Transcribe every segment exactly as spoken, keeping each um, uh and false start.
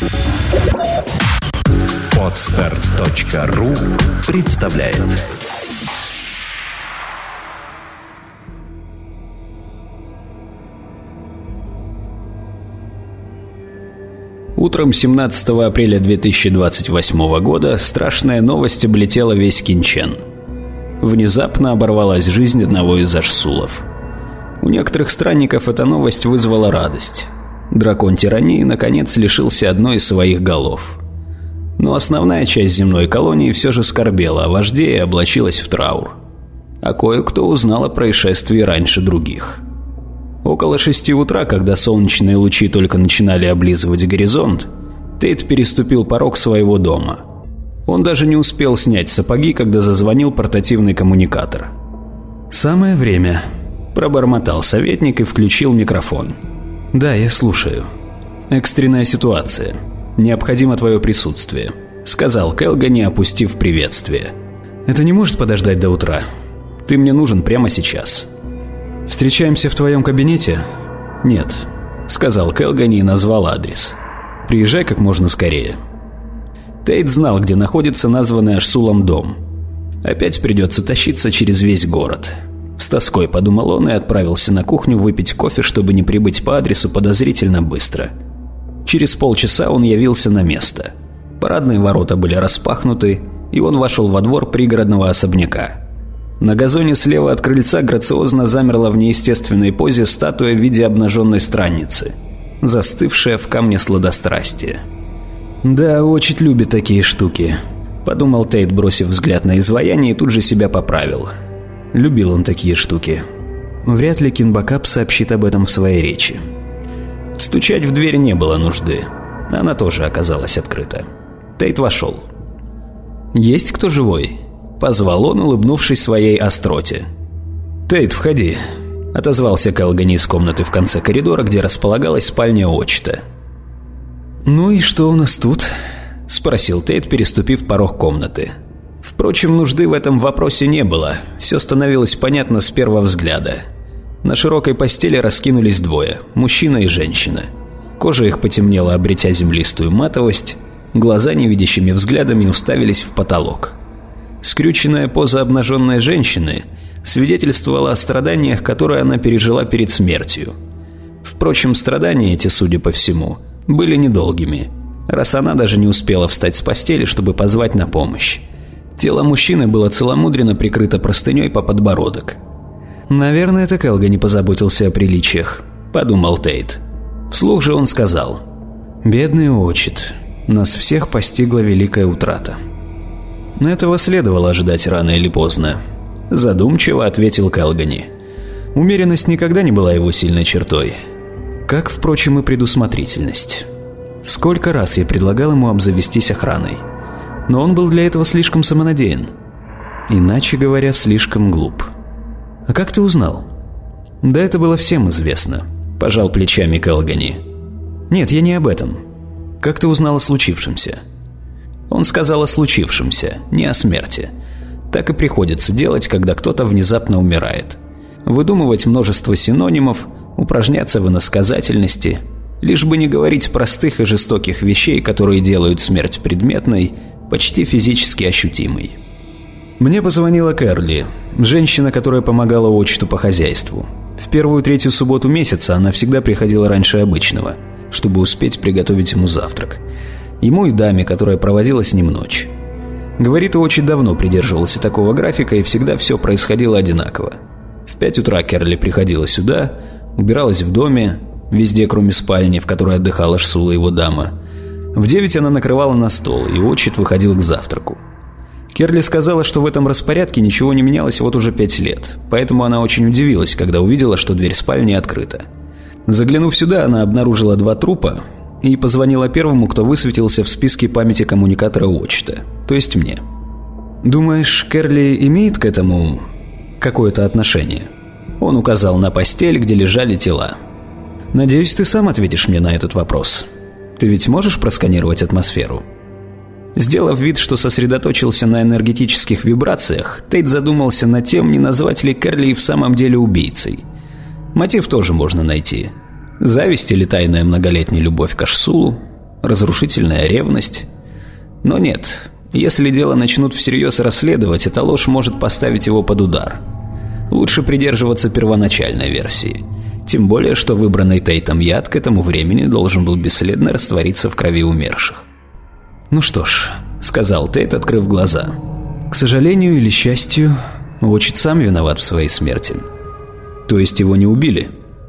Подстер точка ру представляет. Утром семнадцатого апреля две тысячи двадцать восьмого года страшная новость облетела весь Кинчен. Внезапно оборвалась жизнь одного из ашсулов. У некоторых странников эта новость вызвала радость. Дракон тирании наконец лишился одной из своих голов. Но основная часть земной колонии все же скорбела о вожде и облачилась в траур. А кое-кто узнал о происшествии раньше других. Около шести утра, когда солнечные лучи только начинали облизывать горизонт, Тейт переступил порог своего дома. Он даже не успел снять сапоги, когда зазвонил портативный коммуникатор. «Самое время», – пробормотал советник и включил микрофон. «Да, я слушаю. Экстренная ситуация. Необходимо твое присутствие», – сказал Келгани, опустив приветствие. «Это не может подождать до утра. Ты мне нужен прямо сейчас». «Встречаемся в твоем кабинете?» «Нет», — сказал Келгани и назвал адрес. «Приезжай как можно скорее». Тейт знал, где находится названный Ашсулом дом. Опять придется тащиться через весь город. С тоской подумал он и отправился на кухню выпить кофе, чтобы не прибыть по адресу подозрительно быстро. Через полчаса он явился на место. Парадные ворота были распахнуты, и он вошел во двор пригородного особняка. На газоне слева от крыльца грациозно замерла в неестественной позе статуя в виде обнаженной странницы, застывшая в камне сладострастия. «Да, очень любит такие штуки», – подумал Тейт, бросив взгляд на изваяние, и тут же себя поправил. Любил он такие штуки. Вряд ли Кинбакап сообщит об этом в своей речи. Стучать в дверь не было нужды. Она тоже оказалась открыта. Тейт вошел. «Есть кто живой?» – позвал он, улыбнувшись своей остроте. «Тейт, входи», – отозвался Келгани из комнаты в конце коридора, где располагалась спальня Очта. «Ну и что у нас тут?» – спросил Тейт, переступив порог комнаты. Впрочем, нужды в этом вопросе не было, все становилось понятно с первого взгляда. На широкой постели раскинулись двое – мужчина и женщина. Кожа их потемнела, обретя землистую матовость, глаза невидящими взглядами уставились в потолок. Скрюченная поза обнаженной женщины свидетельствовала о страданиях, которые она пережила перед смертью. Впрочем, страдания эти, судя по всему, были недолгими, раз она даже не успела встать с постели, чтобы позвать на помощь. Тело мужчины было целомудренно прикрыто простыней по подбородок. «Наверное, это Келгани позаботился о приличиях», – подумал Тейт. Вслух же он сказал: «Бедный Очит, нас всех постигла великая утрата». «Этого следовало ожидать рано или поздно», – задумчиво ответил Келгани. Умеренность никогда не была его сильной чертой. Как, впрочем, и предусмотрительность. Сколько раз я предлагал ему обзавестись охраной. Но он был для этого слишком самонадеян. Иначе говоря, слишком глуп. «А как ты узнал?» «Да это было всем известно», – пожал плечами Келгани. «Нет, я не об этом. Как ты узнал о случившемся?» Он сказал о случившемся, не о смерти. Так и приходится делать, когда кто-то внезапно умирает. Выдумывать множество синонимов, упражняться в иносказательности, лишь бы не говорить простых и жестоких вещей, которые делают смерть предметной, почти физически ощутимой. Мне позвонила Кэрли, женщина, которая помогала Очту по хозяйству. В первую третью субботу месяца она всегда приходила раньше обычного, чтобы успеть приготовить ему завтрак. Ему и даме, которая проводила с ним ночь. Говорит, очень давно придерживался такого графика, и всегда все происходило одинаково. В пять утра Кэрли приходила сюда, убиралась в доме, везде кроме спальни, в которой отдыхала Ашсул и его дама. В девять она накрывала на стол, и Очит выходил к завтраку. Кэрли сказала, что в этом распорядке ничего не менялось вот уже пять лет, поэтому она очень удивилась, когда увидела, что дверь спальни открыта. Заглянув сюда, она обнаружила два трупа и позвонила первому, кто высветился в списке памяти коммуникатора Очта, то есть мне. «Думаешь, Кэрли имеет к этому какое-то отношение?» Он указал на постель, где лежали тела. «Надеюсь, ты сам ответишь мне на этот вопрос. Ты ведь можешь просканировать атмосферу?» Сделав вид, что сосредоточился на энергетических вибрациях, Тейт задумался над тем, не назвать ли Кэрли и в самом деле убийцей. Мотив тоже можно найти. Зависть или тайная многолетняя любовь к Ашсулу, Разрушительная ревность? Но нет, если дело начнут всерьез расследовать, эта ложь может поставить его под удар. Лучше придерживаться первоначальной версии. Тем более, что выбранный Тейтом яд к этому времени должен был бесследно раствориться в крови умерших. «Ну что ж», — сказал Тейт, открыв глаза. «К сожалению или счастью, Уочет сам виноват в своей смерти». «То есть его не убили?»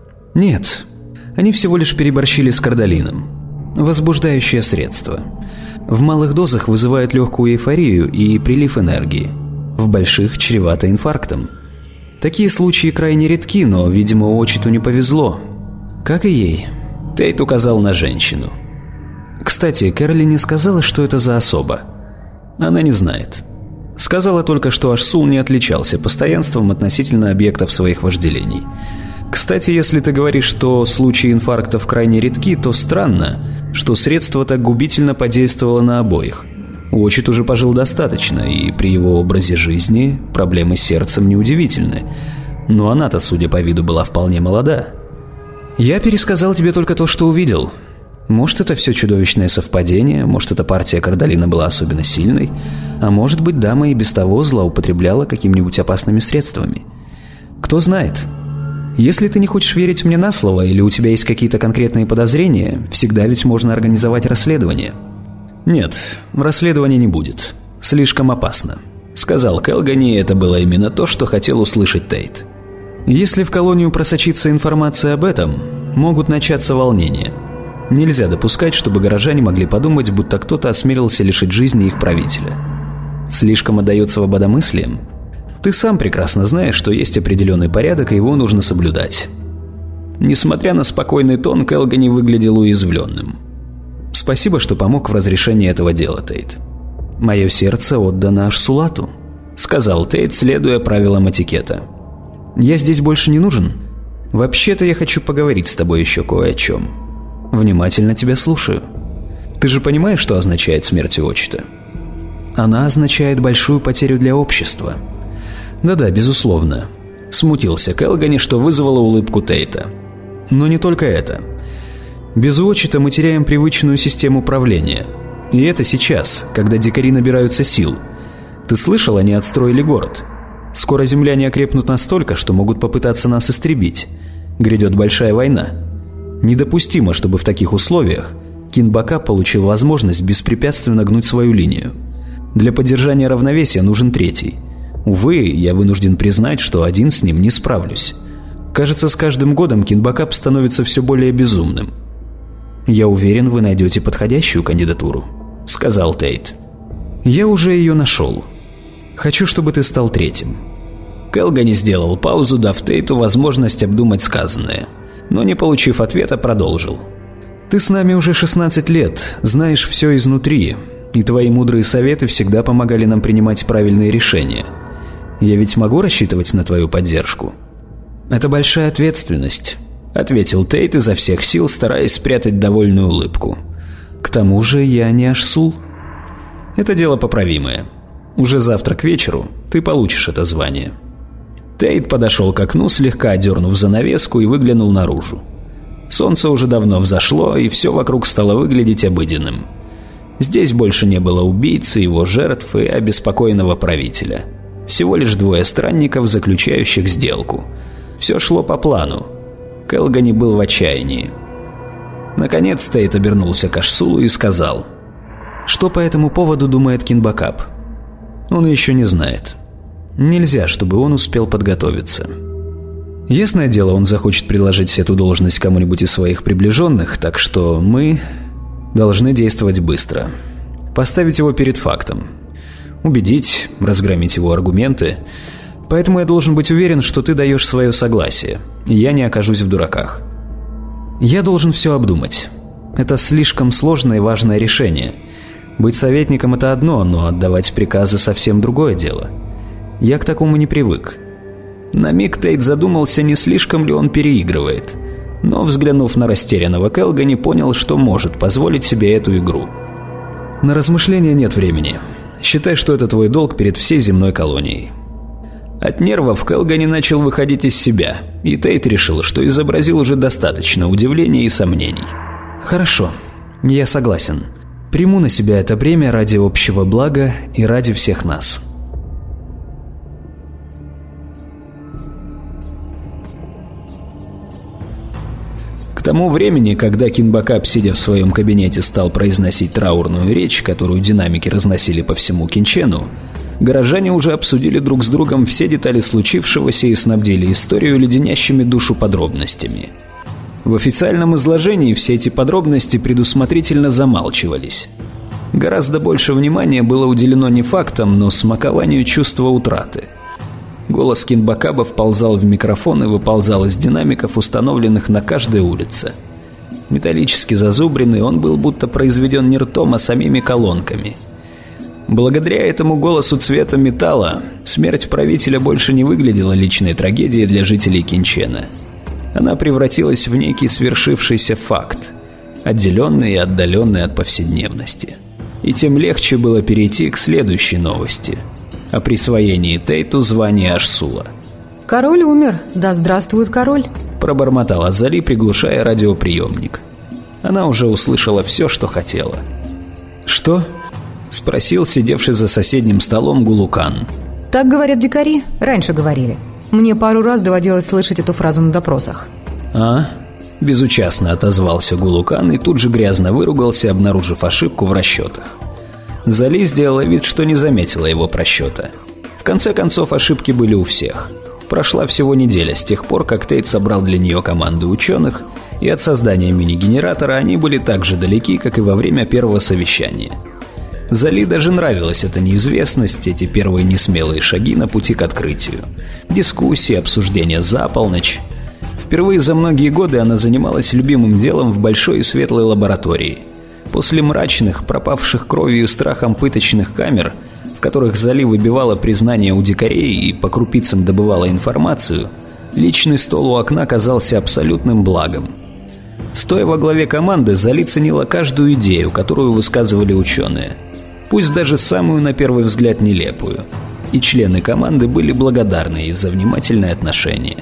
«Нет, они всего лишь переборщили с кардалином. Возбуждающее средство. В малых дозах вызывает легкую эйфорию и прилив энергии. В больших чревато инфарктом. Такие случаи крайне редки, но, видимо, Уочету не повезло. Как и ей». Тейт указал на женщину. «Кстати, Кэролин не сказала, что это за особа?» «Она не знает. Сказала только, что Ашсул не отличался постоянством относительно объектов своих вожделений. Кстати, если ты говоришь, что случаи инфарктов крайне редки, то странно, что средство так губительно подействовало на обоих. Уочет уже пожил достаточно, и при его образе жизни проблемы с сердцем неудивительны. Но она-то, судя по виду, была вполне молода». «Я пересказал тебе только то, что увидел. Может, это все чудовищное совпадение, может, эта партия кардалина была особенно сильной, а может быть, дама и без того злоупотребляла какими-нибудь опасными средствами. Кто знает. Если ты не хочешь верить мне на слово или у тебя есть какие-то конкретные подозрения, всегда ведь можно организовать расследование». «Нет, расследования не будет. Слишком опасно», — сказал Келгани, и это было именно то, что хотел услышать Тейт. «Если в колонию просочится информация об этом, могут начаться волнения. Нельзя допускать, чтобы горожане могли подумать, будто кто-то осмелился лишить жизни их правителя. Слишком отдает свободомыслием? Ты сам прекрасно знаешь, что есть определенный порядок, и его нужно соблюдать». Несмотря на спокойный тон, Келгани выглядел уязвленным. «Спасибо, что помог в разрешении этого дела, Тейт. Мое сердце отдано Ашсулату», — сказал Тейт, следуя правилам этикета. «Я здесь больше не нужен? Вообще-то я хочу поговорить с тобой еще кое о чем. Внимательно тебя слушаю. Ты же понимаешь, что означает смерть Уочета?» «Она означает большую потерю для общества». «Да-да, безусловно», — смутился Келгани, что вызвало улыбку Тейта. «Но не только это. Без Уочета мы теряем привычную систему управления. И это сейчас, когда дикари набираются сил. Ты слышал, они отстроили город? Скоро земляне окрепнут настолько, что могут попытаться нас истребить. Грядет большая война. Недопустимо, чтобы в таких условиях Кинбакап получил возможность беспрепятственно гнуть свою линию. Для поддержания равновесия нужен третий. Увы, я вынужден признать, что один с ним не справлюсь. Кажется, с каждым годом Кинбакап становится все более безумным». «Я уверен, вы найдете подходящую кандидатуру», — сказал Тейт. «Я уже ее нашел. Хочу, чтобы ты стал третьим». Келгани сделал паузу, дав Тейту возможность обдумать сказанное, но, не получив ответа, продолжил. «Ты с нами уже шестнадцать лет, знаешь все изнутри, и твои мудрые советы всегда помогали нам принимать правильные решения. Я ведь могу рассчитывать на твою поддержку?» «Это большая ответственность», — ответил Тейт изо всех сил, стараясь спрятать довольную улыбку. «К тому же я не Ашсул». «Это дело поправимое. Уже завтра к вечеру ты получишь это звание». Тейт подошел к окну, слегка одернув занавеску, и выглянул наружу. Солнце уже давно взошло, и все вокруг стало выглядеть обыденным. Здесь больше не было убийцы, его жертв и обеспокоенного правителя. Всего лишь двое странников, заключающих сделку. Все шло по плану. Келгани был в отчаянии. Наконец Тейт обернулся к Ашсулу и сказал: «Что по этому поводу думает Кинбакап?» «Он еще не знает. Нельзя, чтобы он успел подготовиться. Ясное дело, он захочет предложить эту должность кому-нибудь из своих приближенных, так что мы должны действовать быстро. Поставить его перед фактом. Убедить, разгромить его аргументы. Поэтому я должен быть уверен, что ты даешь свое согласие, и я не окажусь в дураках. Я должен все обдумать. Это слишком сложное и важное решение. Быть советником – это одно, но отдавать приказы – совсем другое дело. Я к такому не привык». На миг Тейт задумался, не слишком ли он переигрывает, но, взглянув на растерянного Келгани, понял, что может позволить себе эту игру. «На размышления нет времени. Считай, что это твой долг перед всей земной колонией». От нервов Келгани начал выходить из себя, и Тейт решил, что изобразил уже достаточно удивления и сомнений. «Хорошо. Я согласен. Приму на себя это бремя ради общего блага и ради всех нас. К тому времени, когда Кинбакаб, сидя в своем кабинете, стал произносить траурную речь, которую динамики разносили по всему Кинчену, горожане уже обсудили друг с другом все детали случившегося и снабдили историю леденящими душу подробностями. В официальном изложении все эти подробности предусмотрительно замалчивались. Гораздо больше внимания было уделено не фактам, но смакованию чувства утраты. Голос Кинбакаба вползал в микрофон и выползал из динамиков, установленных на каждой улице. Металлически зазубренный, он был будто произведен не ртом, а самими колонками. Благодаря этому голосу цвета металла смерть правителя больше не выглядела личной трагедией для жителей Кинчена. Она превратилась в некий свершившийся факт, отделенный и отдаленный от повседневности. И тем легче было перейти к следующей новости – о присвоении Тейту звания Ашсула. «Король умер, да здравствует король», – пробормотала Зали, приглушая радиоприемник. Она уже услышала все, что хотела. «Что?» – спросил сидевший за соседним столом Гулукан. «Так говорят дикари, раньше говорили. Мне пару раз доводилось слышать эту фразу на допросах». «А?» – безучастно отозвался Гулукан и тут же грязно выругался, обнаружив ошибку в расчетах. Зали сделала вид, что не заметила его просчета. В конце концов, ошибки были у всех. Прошла всего неделя с тех пор, как Тейт собрал для нее команду ученых, и от создания мини-генератора они были так же далеки, как и во время первого совещания. Зали даже нравилась эта неизвестность, эти первые несмелые шаги на пути к открытию. Дискуссии, обсуждения за полночь. Впервые за многие годы она занималась любимым делом в большой и светлой лаборатории. После мрачных, пропавших кровью и страхом пыточных камер, в которых Зали выбивала признание у дикарей и по крупицам добывала информацию, личный стол у окна казался абсолютным благом. Стоя во главе команды, Зали ценила каждую идею, которую высказывали ученые, пусть даже самую на первый взгляд нелепую, и члены команды были благодарны ей за внимательное отношение.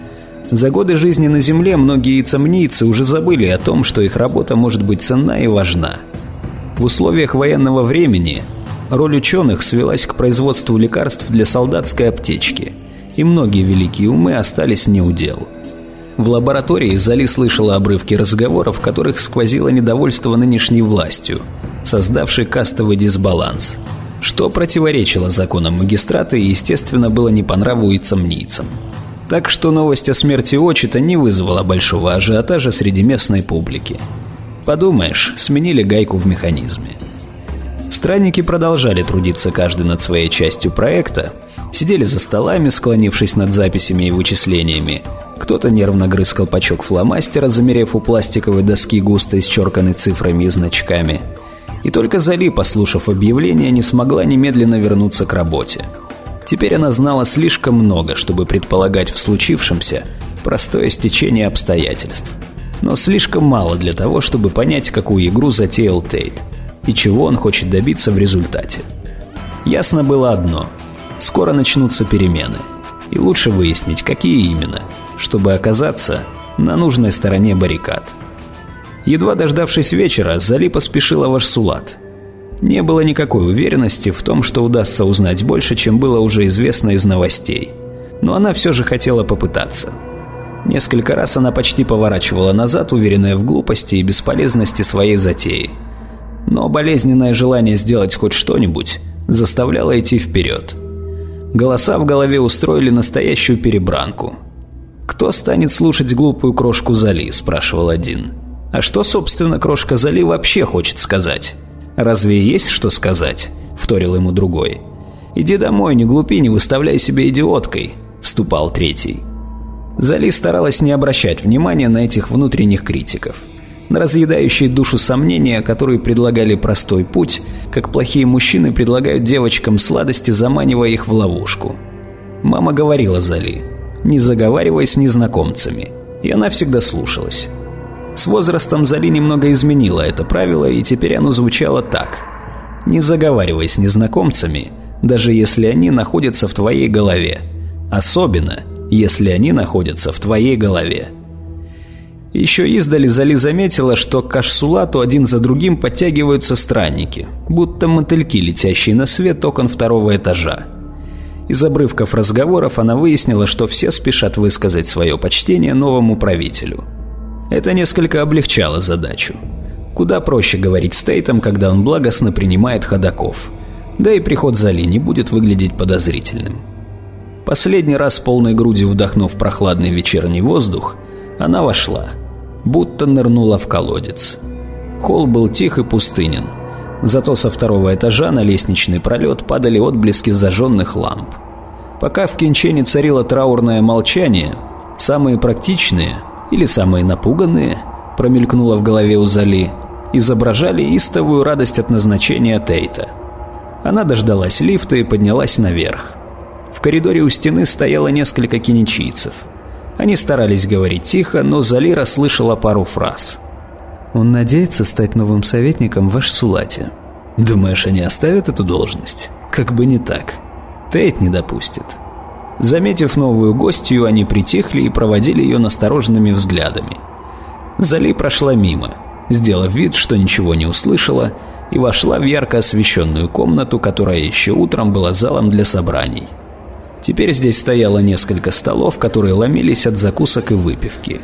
За годы жизни на Земле многие яйцемнийцы уже забыли о том, что их работа может быть ценна и важна. В условиях военного времени роль ученых свелась к производству лекарств для солдатской аптечки, и многие великие умы остались не у дел. В лаборатории Зали слышала обрывки разговоров, в которых сквозило недовольство нынешней властью, создавшей кастовый дисбаланс, что противоречило законам магистрата и, естественно, было не по нраву яйцемнийцам. Так что новость о смерти Очита не вызвала большого ажиотажа среди местной публики. Подумаешь, сменили гайку в механизме. Странники продолжали трудиться каждый над своей частью проекта, сидели за столами, склонившись над записями и вычислениями. Кто-то нервно грыз колпачок фломастера, замерев у пластиковой доски, густо исчерканной цифрами и значками. И только Зали, послушав объявление, не смогла немедленно вернуться к работе. Теперь она знала слишком много, чтобы предполагать в случившемся простое стечение обстоятельств. Но слишком мало для того, чтобы понять, какую игру затеял Тейт и чего он хочет добиться в результате. Ясно было одно – скоро начнутся перемены. И лучше выяснить, какие именно, чтобы оказаться на нужной стороне баррикад. Едва дождавшись вечера, Зали поспешила в Ашсулат. Не было никакой уверенности в том, что удастся узнать больше, чем было уже известно из новостей. Но она все же хотела попытаться. Несколько раз она почти поворачивала назад, уверенная в глупости и бесполезности своей затеи. Но болезненное желание сделать хоть что-нибудь заставляло идти вперед. Голоса в голове устроили настоящую перебранку. «Кто станет слушать глупую крошку Зали?» – спрашивал один. «А что, собственно, крошка Зали вообще хочет сказать?» «Разве есть что сказать?» – вторил ему другой. «Иди домой, не глупи, не выставляй себя идиоткой», – вступал третий. Зали старалась не обращать внимания на этих внутренних критиков, на разъедающие душу сомнения, которые предлагали простой путь, как плохие мужчины предлагают девочкам сладости, заманивая их в ловушку. Мама говорила Зали: «Не заговаривай с незнакомцами», и она всегда слушалась. С возрастом Зали немного изменила это правило, и теперь оно звучало так: «Не заговаривай с незнакомцами, даже если они находятся в твоей голове, особенно если они находятся в твоей голове». Еще издали Зали заметила, что к Аш-Сулату один за другим подтягиваются странники, будто мотыльки, летящие на свет окон второго этажа. Из обрывков разговоров она выяснила, что все спешат высказать свое почтение новому правителю. Это несколько облегчало задачу. Куда проще говорить с Тейтом, когда он благостно принимает ходоков. Да и приход Зали не будет выглядеть подозрительным. Последний раз полной грудью вдохнув прохладный вечерний воздух, она вошла, будто нырнула в колодец. Холл был тих и пустынен, зато со второго этажа на лестничный пролет падали отблески зажженных ламп. Пока в Кинчене царило траурное молчание, самые практичные или самые напуганные, промелькнуло в голове у Зали, изображали истовую радость от назначения Тейта. Она дождалась лифта и поднялась наверх. В коридоре у стены стояло несколько киничийцев. Они старались говорить тихо, но Зали расслышала пару фраз. «Он надеется стать новым советником в Аш-Сулате. Думаешь, они оставят эту должность? Как бы не так. Тейт не допустит». Заметив новую гостью, они притихли и проводили ее настороженными взглядами. Зали прошла мимо, сделав вид, что ничего не услышала, и вошла в ярко освещенную комнату, которая еще утром была залом для собраний. Теперь здесь стояло несколько столов, которые ломились от закусок и выпивки.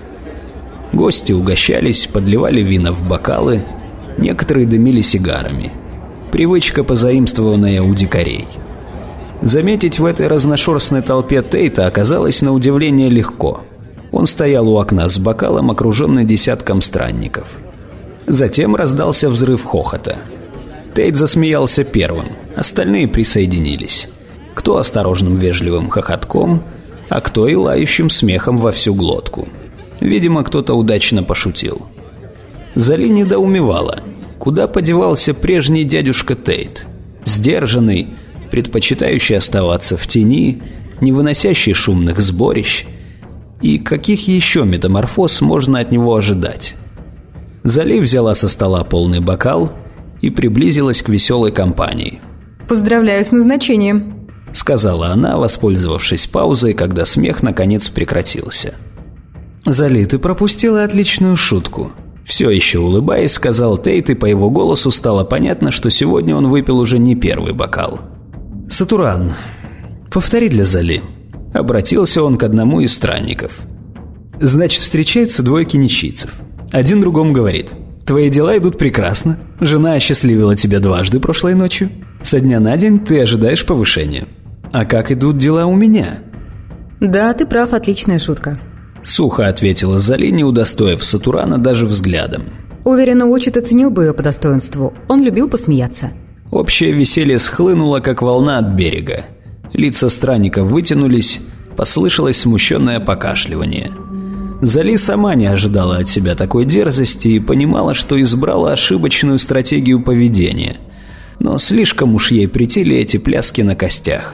Гости угощались, подливали вина в бокалы, некоторые дымили сигарами. Привычка, позаимствованная у дикарей. Заметить в этой разношерстной толпе Тейта оказалось на удивление легко. Он стоял у окна с бокалом, окруженный десятком странников. Затем раздался взрыв хохота. Тейт засмеялся первым, остальные присоединились. Кто осторожным вежливым хохотком, а кто и лающим смехом во всю глотку. Видимо, кто-то удачно пошутил. Зали недоумевала, куда подевался прежний дядюшка Тейт. Сдержанный, предпочитающий оставаться в тени, не выносящий шумных сборищ. И каких еще метаморфоз можно от него ожидать? Зали взяла со стола полный бокал и приблизилась к веселой компании. «Поздравляю с назначением», — сказала она, воспользовавшись паузой, когда смех наконец прекратился. «Зали, ты пропустила отличную шутку», — все еще улыбаясь, сказал Тейт, и по его голосу стало понятно, что сегодня он выпил уже не первый бокал. «Сатуран, повтори для Зали», — обратился он к одному из странников. «Значит, встречаются двое киничийцев. Один другому говорит: твои дела идут прекрасно, жена осчастливила тебя дважды прошлой ночью, со дня на день ты ожидаешь повышения. А как идут дела у меня?» «Да, ты прав, отличная шутка», — сухо ответила Зали, не удостоив Сатурана даже взглядом. «Уверена, Очит оценил бы ее по достоинству. Он любил посмеяться». Общее веселье схлынуло, как волна от берега. Лица странников вытянулись, послышалось смущенное покашливание. Зали сама не ожидала от себя такой дерзости и понимала, что избрала ошибочную стратегию поведения. Но слишком уж ей претили эти пляски на костях.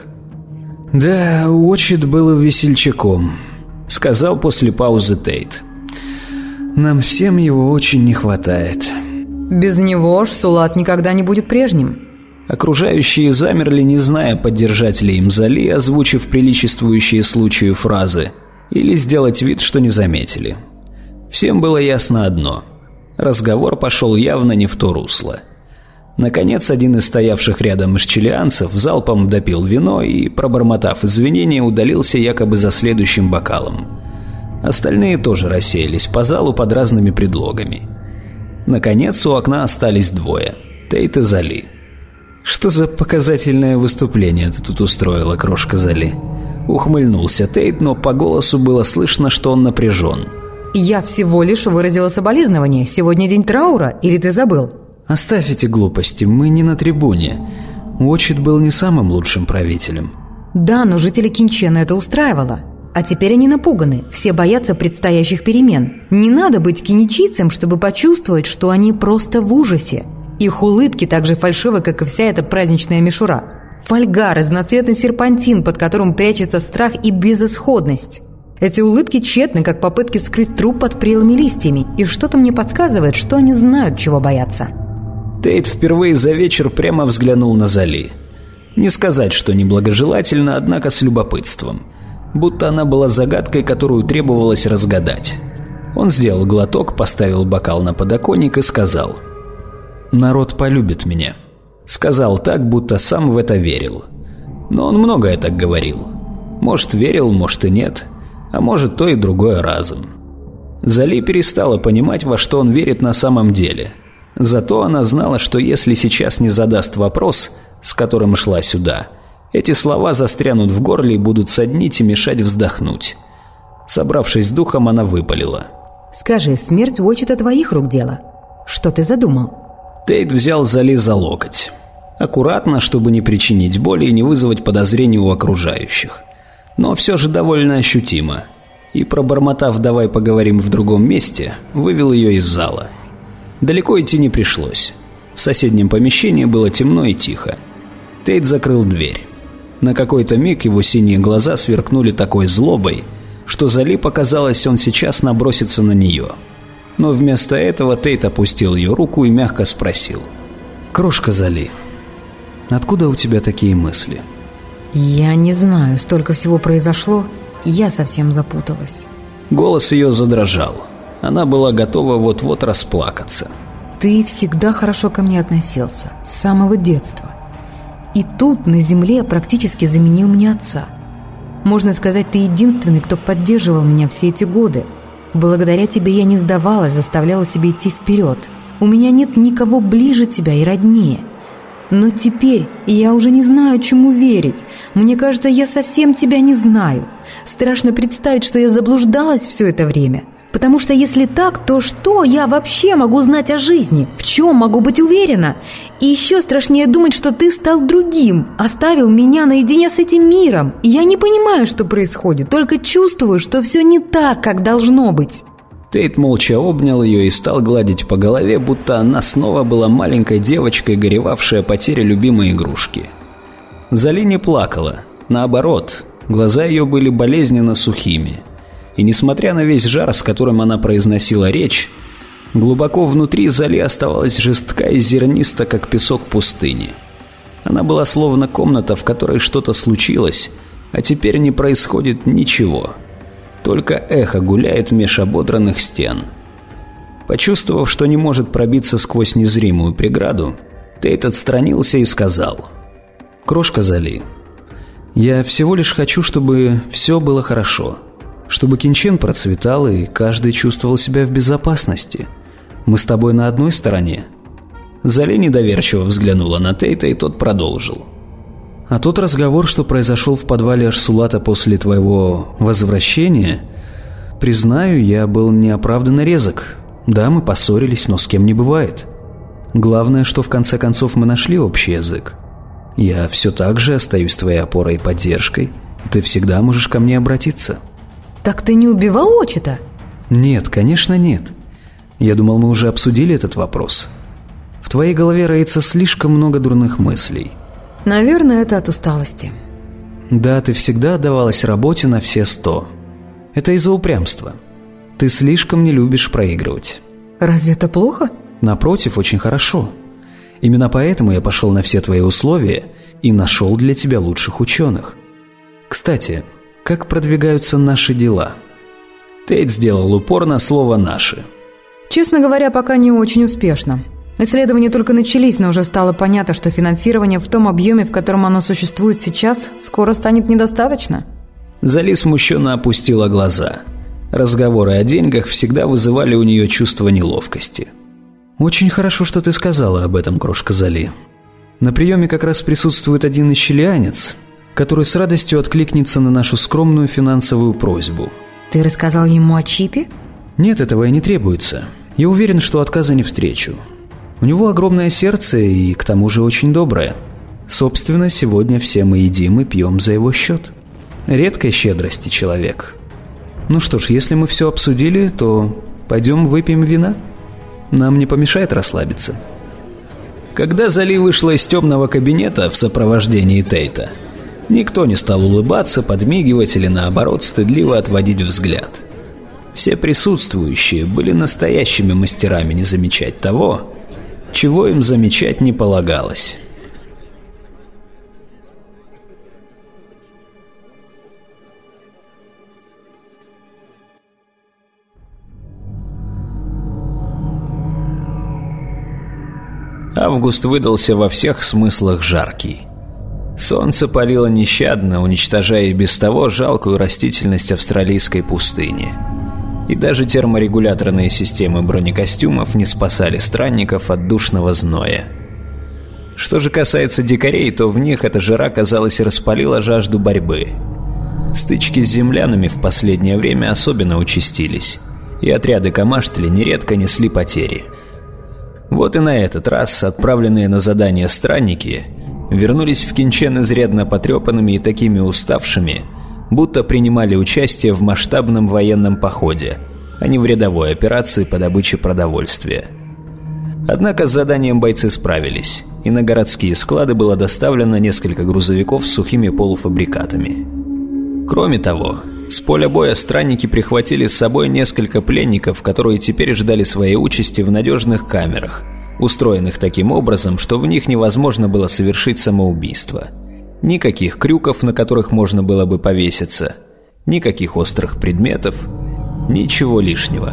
«Да, Очит был весельчаком», — сказал после паузы Тейт. «Нам всем его очень не хватает». «Без него Аш-Сулат никогда не будет прежним». Окружающие замерли, не зная, поддержать ли им Зали, озвучив приличествующие случаю фразы, или сделать вид, что не заметили. Всем было ясно одно: разговор пошел явно не в то русло. Наконец, один из стоявших рядом ишчелианцев залпом допил вино и, пробормотав извинения, удалился якобы за следующим бокалом. Остальные тоже рассеялись по залу под разными предлогами. Наконец, у окна остались двое – Тейт и Зали. «Что за показательное выступление ты тут устроила, крошка Зали?» Ухмыльнулся Тейт, но по голосу было слышно, что он напряжен. «Я всего лишь выразила соболезнование. Сегодня день траура, или ты забыл?» «Оставь эти глупости, мы не на трибуне. Очит был не самым лучшим правителем». «Да, но жители Кинчена это устраивало. А теперь они напуганы, все боятся предстоящих перемен. Не надо быть киничийцем, чтобы почувствовать, что они просто в ужасе. Их улыбки так же фальшивы, как и вся эта праздничная мишура. Фольга, разноцветный серпантин, под которым прячется страх и безысходность. Эти улыбки тщетны, как попытки скрыть труп под прелыми листьями, и что-то мне подсказывает, что они знают, чего бояться». Тейт впервые за вечер прямо взглянул на Зали. Не сказать, что неблагожелательно, однако с любопытством. Будто она была загадкой, которую требовалось разгадать. Он сделал глоток, поставил бокал на подоконник и сказал: «Народ полюбит меня». Сказал так, будто сам в это верил. Но он многое так говорил. Может, верил, может и нет, а может, то и другое разом. Зали перестала понимать, во что он верит на самом деле. Зато она знала, что если сейчас не задаст вопрос, с которым шла сюда, эти слова застрянут в горле и будут соднить и мешать вздохнуть. Собравшись с духом, она выпалила: «Скажи, смерть Уочета твоих рук дело? Что ты задумал?» Тейт взял Зали за локоть. Аккуратно, чтобы не причинить боли и не вызвать подозрений у окружающих. Но все же довольно ощутимо. И, пробормотав «давай поговорим в другом месте», вывел ее из зала. Далеко идти не пришлось. В соседнем помещении было темно и тихо. Тейт закрыл дверь. На какой-то миг его синие глаза сверкнули такой злобой, что Зали показалось, он сейчас набросится на нее. Но вместо этого Тейт опустил ее руку и мягко спросил: «Крошка Зали, откуда у тебя такие мысли?» «Я не знаю, столько всего произошло, я совсем запуталась». Голос ее задрожал. Она была готова вот-вот расплакаться. «Ты всегда хорошо ко мне относился, с самого детства. И тут, на земле, практически заменил мне отца. Можно сказать, ты единственный, кто поддерживал меня все эти годы. Благодаря тебе я не сдавалась, заставляла себя идти вперед. У меня нет никого ближе тебя и роднее. Но теперь я уже не знаю, чему верить. Мне кажется, я совсем тебя не знаю. Страшно представить, что я заблуждалась все это время. Потому что если так, то что я вообще могу знать о жизни? В чем могу быть уверена? И еще страшнее думать, что ты стал другим, оставил меня наедине с этим миром. Я не понимаю, что происходит, только чувствую, что все не так, как должно быть». Тейт молча обнял ее и стал гладить по голове, будто она снова была маленькой девочкой, горевавшей о потере любимой игрушки. Зали не плакала. Наоборот, глаза ее были болезненно сухими. И несмотря на весь жар, с которым она произносила речь, глубоко внутри Зали оставалась жестка и зерниста, как песок пустыни. Она была словно комната, в которой что-то случилось, а теперь не происходит ничего. Только эхо гуляет меж ободранных стен. Почувствовав, что не может пробиться сквозь незримую преграду, Тейт отстранился и сказал: «Крошка Зали, я всего лишь хочу, чтобы все было хорошо. Чтобы Кинчен процветал и каждый чувствовал себя в безопасности. Мы с тобой на одной стороне». Зали недоверчиво взглянула на Тейта, и тот продолжил: «А тот разговор, что произошел в подвале Арсулата после твоего возвращения, признаю, я был неоправданно резок. Да, мы поссорились, но с кем не бывает. Главное, что в конце концов мы нашли общий язык. Я все так же остаюсь твоей опорой и поддержкой. Ты всегда можешь ко мне обратиться». «Так ты не убивал Уочета?» «Нет, конечно нет. Я думал, мы уже обсудили этот вопрос. В твоей голове роится слишком много дурных мыслей». «Наверное, это от усталости». «Да, ты всегда отдавалась работе на все сто. Это из-за упрямства. Ты слишком не любишь проигрывать». «Разве это плохо?» «Напротив, очень хорошо. Именно поэтому я пошел на все твои условия и нашел для тебя лучших ученых. Кстати, как продвигаются наши дела?» Тейт сделал упор на слово «наши». «Честно говоря, пока не очень успешно. Исследования только начались, но уже стало понятно, что финансирование в том объеме, в котором оно существует сейчас, скоро станет недостаточно». Зали смущенно опустила глаза. Разговоры о деньгах всегда вызывали у нее чувство неловкости. «Очень хорошо, что ты сказала об этом, крошка Зали. На приеме как раз присутствует один ищелианец, который с радостью откликнется на нашу скромную финансовую просьбу». «Ты рассказал ему о чипе?» «Нет, этого и не требуется. Я уверен, что отказа не встречу. У него огромное сердце и, к тому же, очень доброе. Собственно, сегодня все мы едим и пьем за его счет. Редкой щедрости человек. Ну что ж, если мы все обсудили, то пойдем выпьем вина. Нам не помешает расслабиться». Когда Зали вышла из темного кабинета в сопровождении Тейта, никто не стал улыбаться, подмигивать или, наоборот, стыдливо отводить взгляд. Все присутствующие были настоящими мастерами не замечать того, чего им замечать не полагалось. Август выдался во всех смыслах жаркий. Солнце палило нещадно, уничтожая и без того жалкую растительность австралийской пустыни. И даже терморегуляторные системы бронекостюмов не спасали странников от душного зноя. Что же касается дикарей, то в них эта жара, казалось, распалила жажду борьбы. Стычки с землянами в последнее время особенно участились, и отряды Камаштли нередко несли потери. Вот и на этот раз отправленные на задание странники вернулись в Кинчен изрядно потрепанными и такими уставшими, будто принимали участие в масштабном военном походе, а не в рядовой операции по добыче продовольствия. Однако с заданием бойцы справились, и на городские склады было доставлено несколько грузовиков с сухими полуфабрикатами. Кроме того, с поля боя странники прихватили с собой несколько пленников, которые теперь ждали своей участи в надежных камерах, устроенных таким образом, что в них невозможно было совершить самоубийство. Никаких крюков, на которых можно было бы повеситься, никаких острых предметов, ничего лишнего.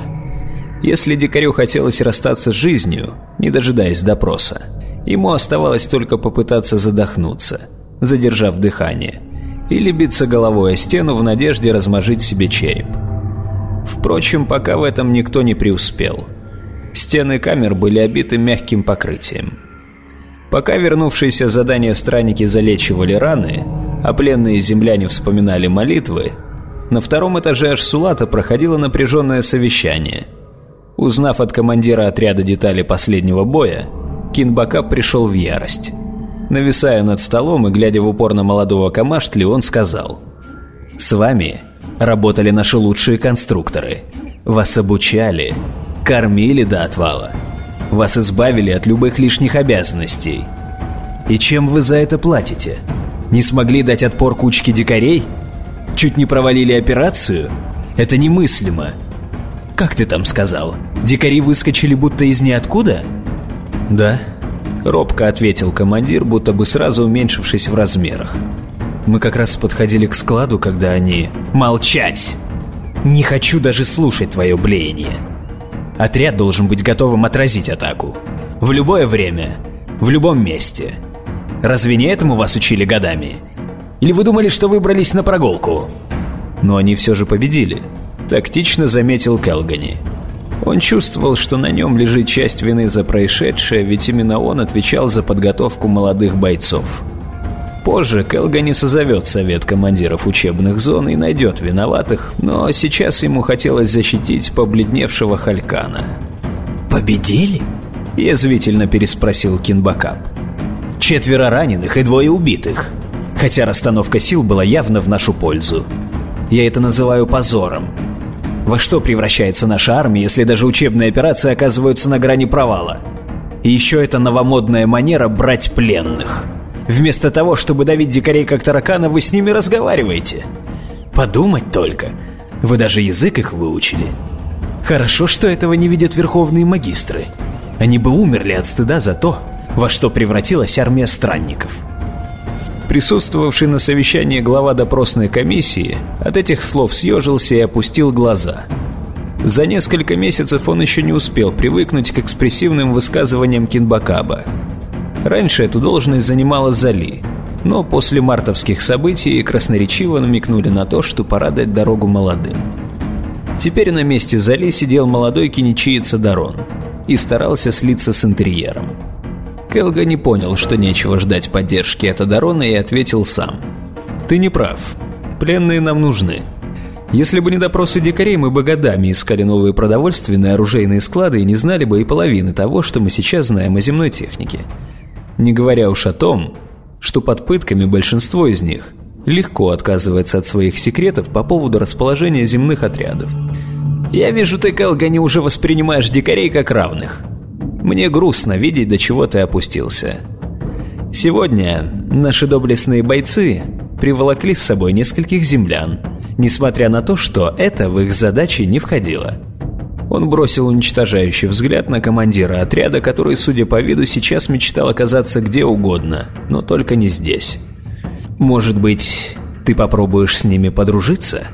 Если дикарю хотелось расстаться с жизнью, не дожидаясь допроса, ему оставалось только попытаться задохнуться, задержав дыхание, или биться головой о стену в надежде размозжить себе череп. Впрочем, пока в этом никто не преуспел. Стены камер были обиты мягким покрытием. Пока вернувшиеся с задания странники залечивали раны, а пленные земляне вспоминали молитвы, на втором этаже Аш-Сулата проходило напряженное совещание. Узнав от командира отряда детали последнего боя, Кинбакап пришел в ярость. Нависая над столом и глядя в упор на молодого Камаштли, он сказал: «С вами работали наши лучшие конструкторы. Вас обучали, кормили до отвала. Вас избавили от любых лишних обязанностей. И чем вы за это платите? Не смогли дать отпор кучке дикарей? Чуть не провалили операцию? Это немыслимо. Как ты там сказал? Дикари выскочили будто из ниоткуда?» «Да», — робко ответил командир, будто бы сразу уменьшившись в размерах. «Мы как раз подходили к складу, когда они...» «Молчать! Не хочу даже слушать твое блеяние. Отряд должен быть готовым отразить атаку. В любое время, в любом месте. Разве не этому вас учили годами? Или вы думали, что выбрались на прогулку?» «Но они все же победили», — тактично заметил Келгани. Он чувствовал, что на нем лежит часть вины за происшедшее, ведь именно он отвечал за подготовку молодых бойцов. Позже Келгани созовет совет командиров учебных зон и найдет виноватых, но сейчас ему хотелось защитить побледневшего Халькана. «Победили?» – язвительно переспросил Кинбакап. «Четверо раненых и двое убитых, хотя расстановка сил была явно в нашу пользу. Я это называю позором. Во что превращается наша армия, если даже учебные операции оказываются на грани провала? И еще эта новомодная манера брать пленных. Вместо того, чтобы давить дикарей как тараканов, вы с ними разговариваете. Подумать только, вы даже язык их выучили. Хорошо, что этого не видят верховные магистры. Они бы умерли от стыда за то, во что превратилась армия странников». Присутствовавший на совещании глава допросной комиссии от этих слов съежился и опустил глаза. За несколько месяцев он еще не успел привыкнуть к экспрессивным высказываниям Кинбакаба. Раньше эту должность занимала Зали, но после мартовских событий красноречиво намекнули на то, что пора дать дорогу молодым. Теперь на месте Зали сидел молодой киничиец Адарон и старался слиться с интерьером. Келга не понял, что нечего ждать поддержки от Адарона, и ответил сам: «Ты не прав. Пленные нам нужны. Если бы не допросы дикарей, мы бы годами искали новые продовольственные оружейные склады и не знали бы и половины того, что мы сейчас знаем о земной технике. Не говоря уж о том, что под пытками большинство из них легко отказывается от своих секретов по поводу расположения земных отрядов. Я вижу, ты, Келгани, уже воспринимаешь дикарей как равных. Мне грустно видеть, до чего ты опустился. Сегодня наши доблестные бойцы приволокли с собой нескольких землян, несмотря на то, что это в их задачи не входило». Он бросил уничтожающий взгляд на командира отряда, который, судя по виду, сейчас мечтал оказаться где угодно, но только не здесь. «Может быть, ты попробуешь с ними подружиться?»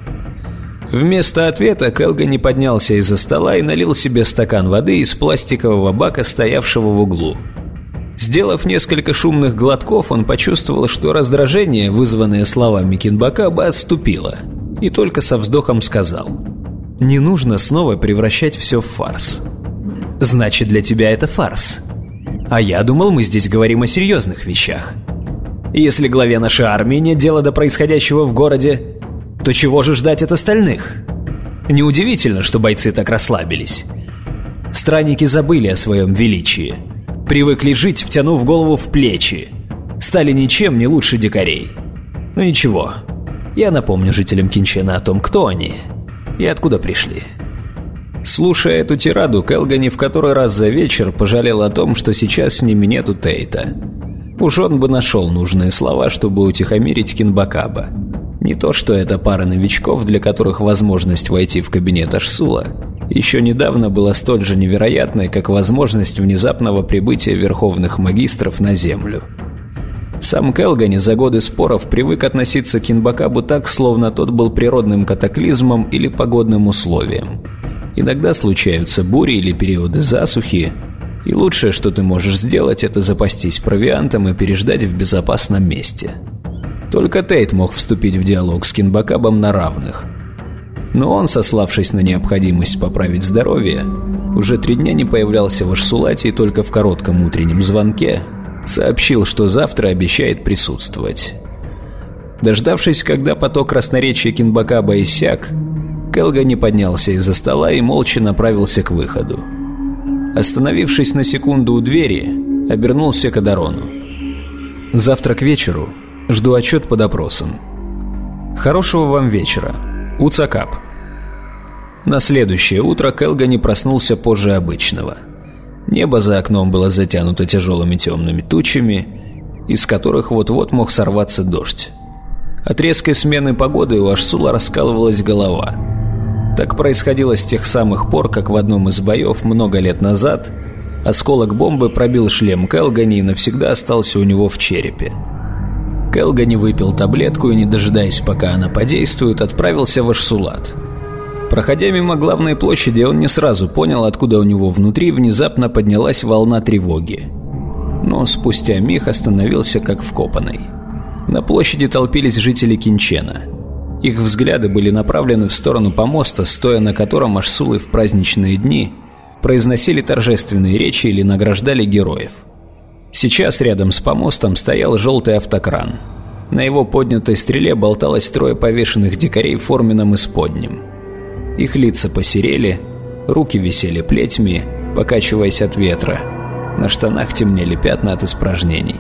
Вместо ответа Келгани поднялся из-за стола и налил себе стакан воды из пластикового бака, стоявшего в углу. Сделав несколько шумных глотков, он почувствовал, что раздражение, вызванное словами Кинбакаба, отступило, и только со вздохом сказал: «Не нужно снова превращать все в фарс». «Значит, для тебя это фарс. А я думал, мы здесь говорим о серьезных вещах. Если главе нашей армии нет дела до происходящего в городе, то чего же ждать от остальных? Неудивительно, что бойцы так расслабились. Странники забыли о своем величии, привыкли жить, втянув голову в плечи, стали ничем не лучше дикарей. Но ничего, я напомню жителям Кинчена о том, кто они и откуда пришли». Слушая эту тираду, Келгани в который раз за вечер пожалел о том, что сейчас с ними нету Тейта. Уж он бы нашел нужные слова, чтобы утихомирить Кинбакаба. Не то что эта пара новичков, для которых возможность войти в кабинет Ашсула еще недавно была столь же невероятной, как возможность внезапного прибытия верховных магистров на Землю. Сам Келгани за годы споров привык относиться к Кинбакабу так, словно тот был природным катаклизмом или погодным условием. Иногда случаются бури или периоды засухи, и лучшее, что ты можешь сделать, это запастись провиантом и переждать в безопасном месте. Только Тейт мог вступить в диалог с Кинбакабом на равных. Но он, сославшись на необходимость поправить здоровье, уже три дня не появлялся в Ашсулате и только в коротком утреннем звонке сообщил, что завтра обещает присутствовать. Дождавшись, когда поток красноречия Кинбакаба иссяк, Келгани поднялся из-за стола и молча направился к выходу. Остановившись на секунду у двери, обернулся к Адарону. «Завтра к вечеру жду отчет по допросам. Хорошего вам вечера. Уцакап». На следующее утро Келгани проснулся позже обычного. Небо за окном было затянуто тяжелыми темными тучами, из которых вот-вот мог сорваться дождь. От резкой смены погоды у Ашсула раскалывалась голова. Так происходило с тех самых пор, как в одном из боев много лет назад осколок бомбы пробил шлем Келгани и навсегда остался у него в черепе. Келгани выпил таблетку и, не дожидаясь, пока она подействует, отправился в Ашсулат. Проходя мимо главной площади, он не сразу понял, откуда у него внутри внезапно поднялась волна тревоги. Но спустя миг остановился как вкопанный. На площади толпились жители Кинчена. Их взгляды были направлены в сторону помоста, стоя на котором ашсулы в праздничные дни произносили торжественные речи или награждали героев. Сейчас рядом с помостом стоял желтый автокран. На его поднятой стреле болталось трое повешенных дикарей в форменном исподнем. Их лица посерели, руки висели плетьми, покачиваясь от ветра. На штанах темнели пятна от испражнений.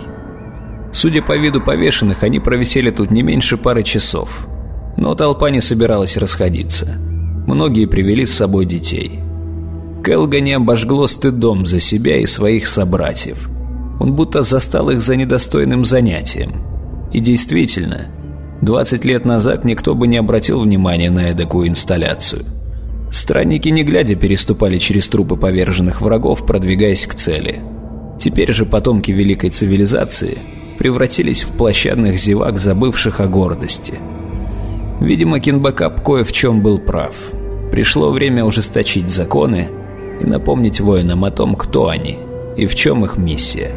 Судя по виду повешенных, они провисели тут не меньше пары часов. Но толпа не собиралась расходиться. Многие привели с собой детей. Келгани обожгло стыдом за себя и своих собратьев. Он будто застал их за недостойным занятием. И действительно, двадцать лет назад никто бы не обратил внимания на эдакую инсталляцию. Странники, не глядя, переступали через трупы поверженных врагов, продвигаясь к цели. Теперь же потомки великой цивилизации превратились в площадных зевак, забывших о гордости. Видимо, Кинбакаб кое в чем был прав. Пришло время ужесточить законы и напомнить воинам о том, кто они и в чем их миссия.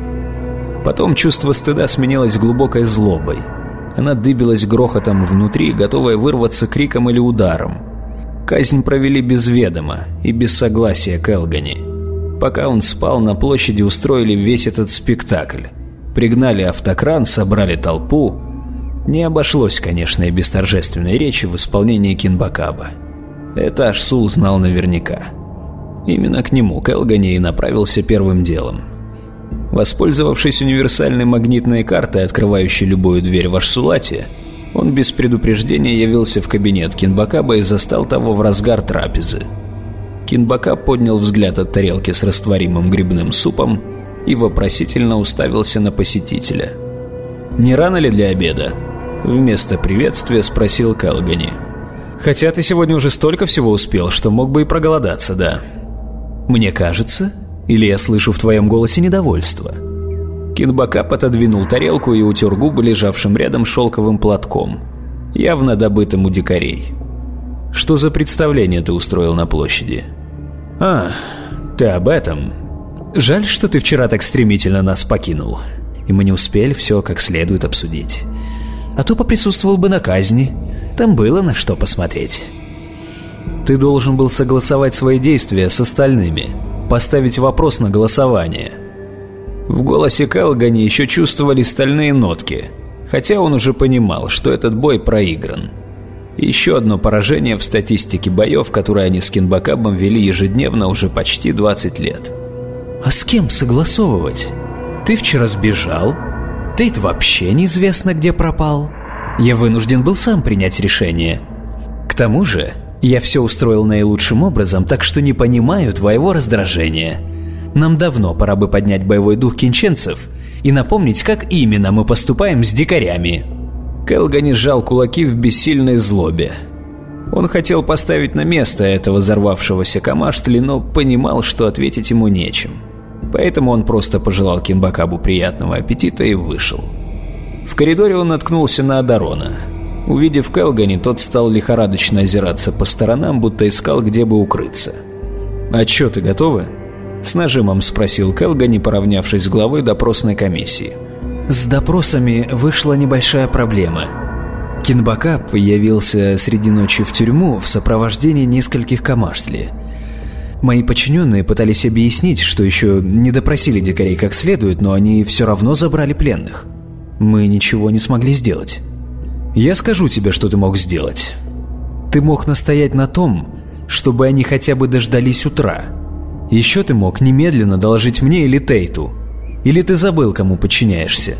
Потом чувство стыда сменилось глубокой злобой. Она дыбилась грохотом внутри, готовая вырваться криком или ударом. Казнь провели без ведома и без согласия Келгани. Пока он спал, на площади устроили весь этот спектакль. Пригнали автокран, собрали толпу. Не обошлось, конечно, и без торжественной речи в исполнении Кинбакаба. Это Ашсул знал наверняка. Именно к нему Келгани и направился первым делом. Воспользовавшись универсальной магнитной картой, открывающей любую дверь в Ашсулате, он без предупреждения явился в кабинет Кинбакаба и застал того в разгар трапезы. Кинбакаб поднял взгляд от тарелки с растворимым грибным супом и вопросительно уставился на посетителя. «Не рано ли для обеда?» Вместо приветствия спросил Келгани. «Хотя ты сегодня уже столько всего успел, что мог бы и проголодаться, да?» «Мне кажется, или я слышу в твоем голосе недовольство?» Кинбакаб отодвинул тарелку и утер губы лежавшим рядом шелковым платком, явно добытым у дикарей. «Что за представление ты устроил на площади?» «А, ты об этом?» Жаль, что ты вчера так стремительно нас покинул, и мы не успели все как следует обсудить. А то поприсутствовал бы на казни, там было на что посмотреть. Ты должен был согласовать свои действия с остальными, поставить вопрос на голосование». В голосе Келгани еще чувствовались стальные нотки, хотя он уже понимал, что этот бой проигран. Еще одно поражение в статистике боев, которые они с Кинбакабом вели ежедневно уже почти двадцать лет. «А с кем согласовывать? Ты вчера сбежал, Тейт вообще неизвестно где пропал. Я вынужден был сам принять решение. К тому же, я все устроил наилучшим образом, так что не понимаю твоего раздражения. Нам давно пора бы поднять боевой дух кинченцев и напомнить, как именно мы поступаем с дикарями». Келгани сжал кулаки в бессильной злобе. Он хотел поставить на место этого взорвавшегося Камаштли, но понимал, что ответить ему нечем. Поэтому он просто пожелал Кинбакабу приятного аппетита и вышел. В коридоре он наткнулся на Адарона. Увидев Келгани, тот стал лихорадочно озираться по сторонам, будто искал, где бы укрыться. «Отчеты готовы?» — с нажимом спросил Келгани, поравнявшись с главой допросной комиссии. «С допросами вышла небольшая проблема. Кинбакаб явился среди ночи в тюрьму в сопровождении нескольких Камаштли. Мои подчиненные пытались объяснить, что еще не допросили дикарей как следует, но они все равно забрали пленных. Мы ничего не смогли сделать. Я скажу тебе, что ты мог сделать. Ты мог настоять на том, чтобы они хотя бы дождались утра. Еще ты мог немедленно доложить мне или Тейту. Или ты забыл, кому подчиняешься?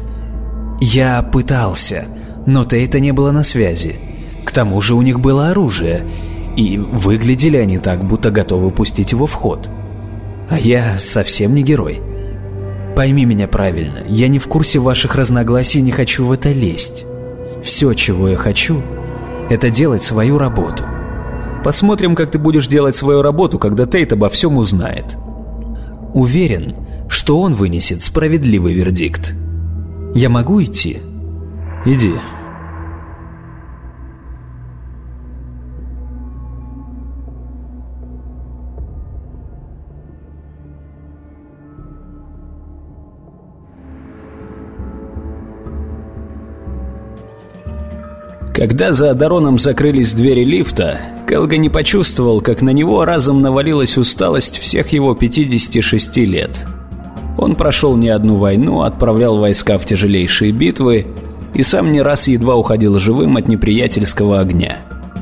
Я пытался, но Тейта не было на связи. К тому же у них было оружие, и выглядели они так, будто готовы пустить его в ход. А я совсем не герой. Пойми меня правильно, я не в курсе ваших разногласий и не хочу в это лезть. Все, чего я хочу, это делать свою работу. Посмотрим, как ты будешь делать свою работу, когда Тейт обо всем узнает. Уверен, что он вынесет справедливый вердикт. Я могу идти? Иди». Когда за Адароном закрылись двери лифта, Келгани почувствовал, как на него разом навалилась усталость всех его пятидесяти шести лет. Он прошел не одну войну, отправлял войска в тяжелейшие битвы и сам не раз едва уходил живым от неприятельского огня.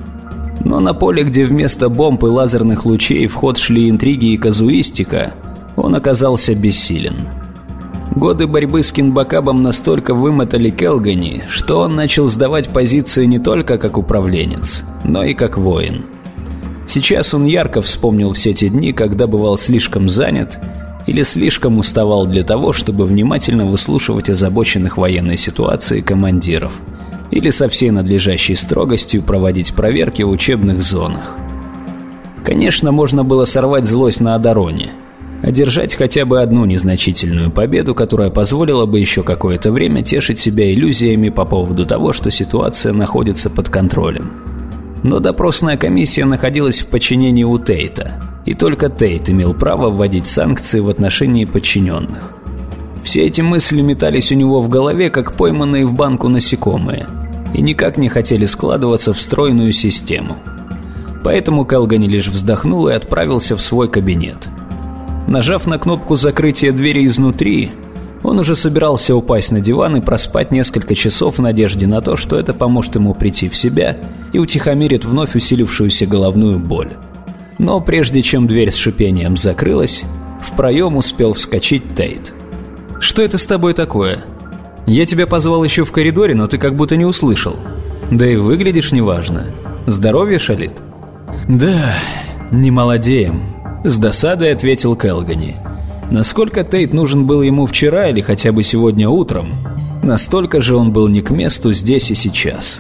Но на поле, где вместо бомб и лазерных лучей в ход шли интриги и казуистика, он оказался бессилен. Годы борьбы с Кинбакабом настолько вымотали Келгани, что он начал сдавать позиции не только как управленец, но и как воин. Сейчас он ярко вспомнил все те дни, когда бывал слишком занят или слишком уставал для того, чтобы внимательно выслушивать озабоченных военной ситуацией командиров или со всей надлежащей строгостью проводить проверки в учебных зонах. Конечно, можно было сорвать злость на Адароне, одержать хотя бы одну незначительную победу, которая позволила бы еще какое-то время тешить себя иллюзиями по поводу того, что ситуация находится под контролем. Но допросная комиссия находилась в подчинении у Тейта, и только Тейт имел право вводить санкции в отношении подчиненных. Все эти мысли метались у него в голове, как пойманные в банку насекомые, и никак не хотели складываться в стройную систему. Поэтому Келгани лишь вздохнул и отправился в свой кабинет. Нажав на кнопку закрытия двери изнутри, он уже собирался упасть на диван и проспать несколько часов в надежде на то, что это поможет ему прийти в себя и утихомирит вновь усилившуюся головную боль. Но прежде чем дверь с шипением закрылась, в проем успел вскочить Тейт. «Что это с тобой такое? Я тебя позвал еще в коридоре, но ты как будто не услышал. Да и выглядишь неважно. Здоровье шалит?» «Да, не молодеем», — с досадой ответил Келгани. Насколько Тейт нужен был ему вчера или хотя бы сегодня утром, настолько же он был не к месту здесь и сейчас.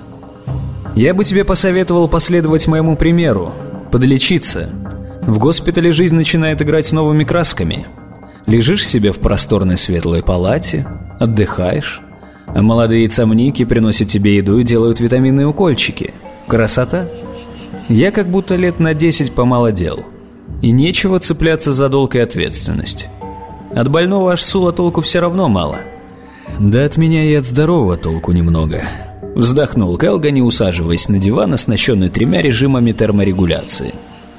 «Я бы тебе посоветовал последовать моему примеру, подлечиться. В госпитале жизнь начинает играть новыми красками. Лежишь себе в просторной светлой палате, отдыхаешь, а молодые цамники приносят тебе еду и делают витаминные укольчики. Красота? Я как будто лет на десять помолодел. И нечего цепляться за долг и ответственность. От больного Ашсула толку все равно мало. Да от меня и от здорового толку немного. Вздохнул Келгани, усаживаясь на диван, оснащенный тремя режимами терморегуляции.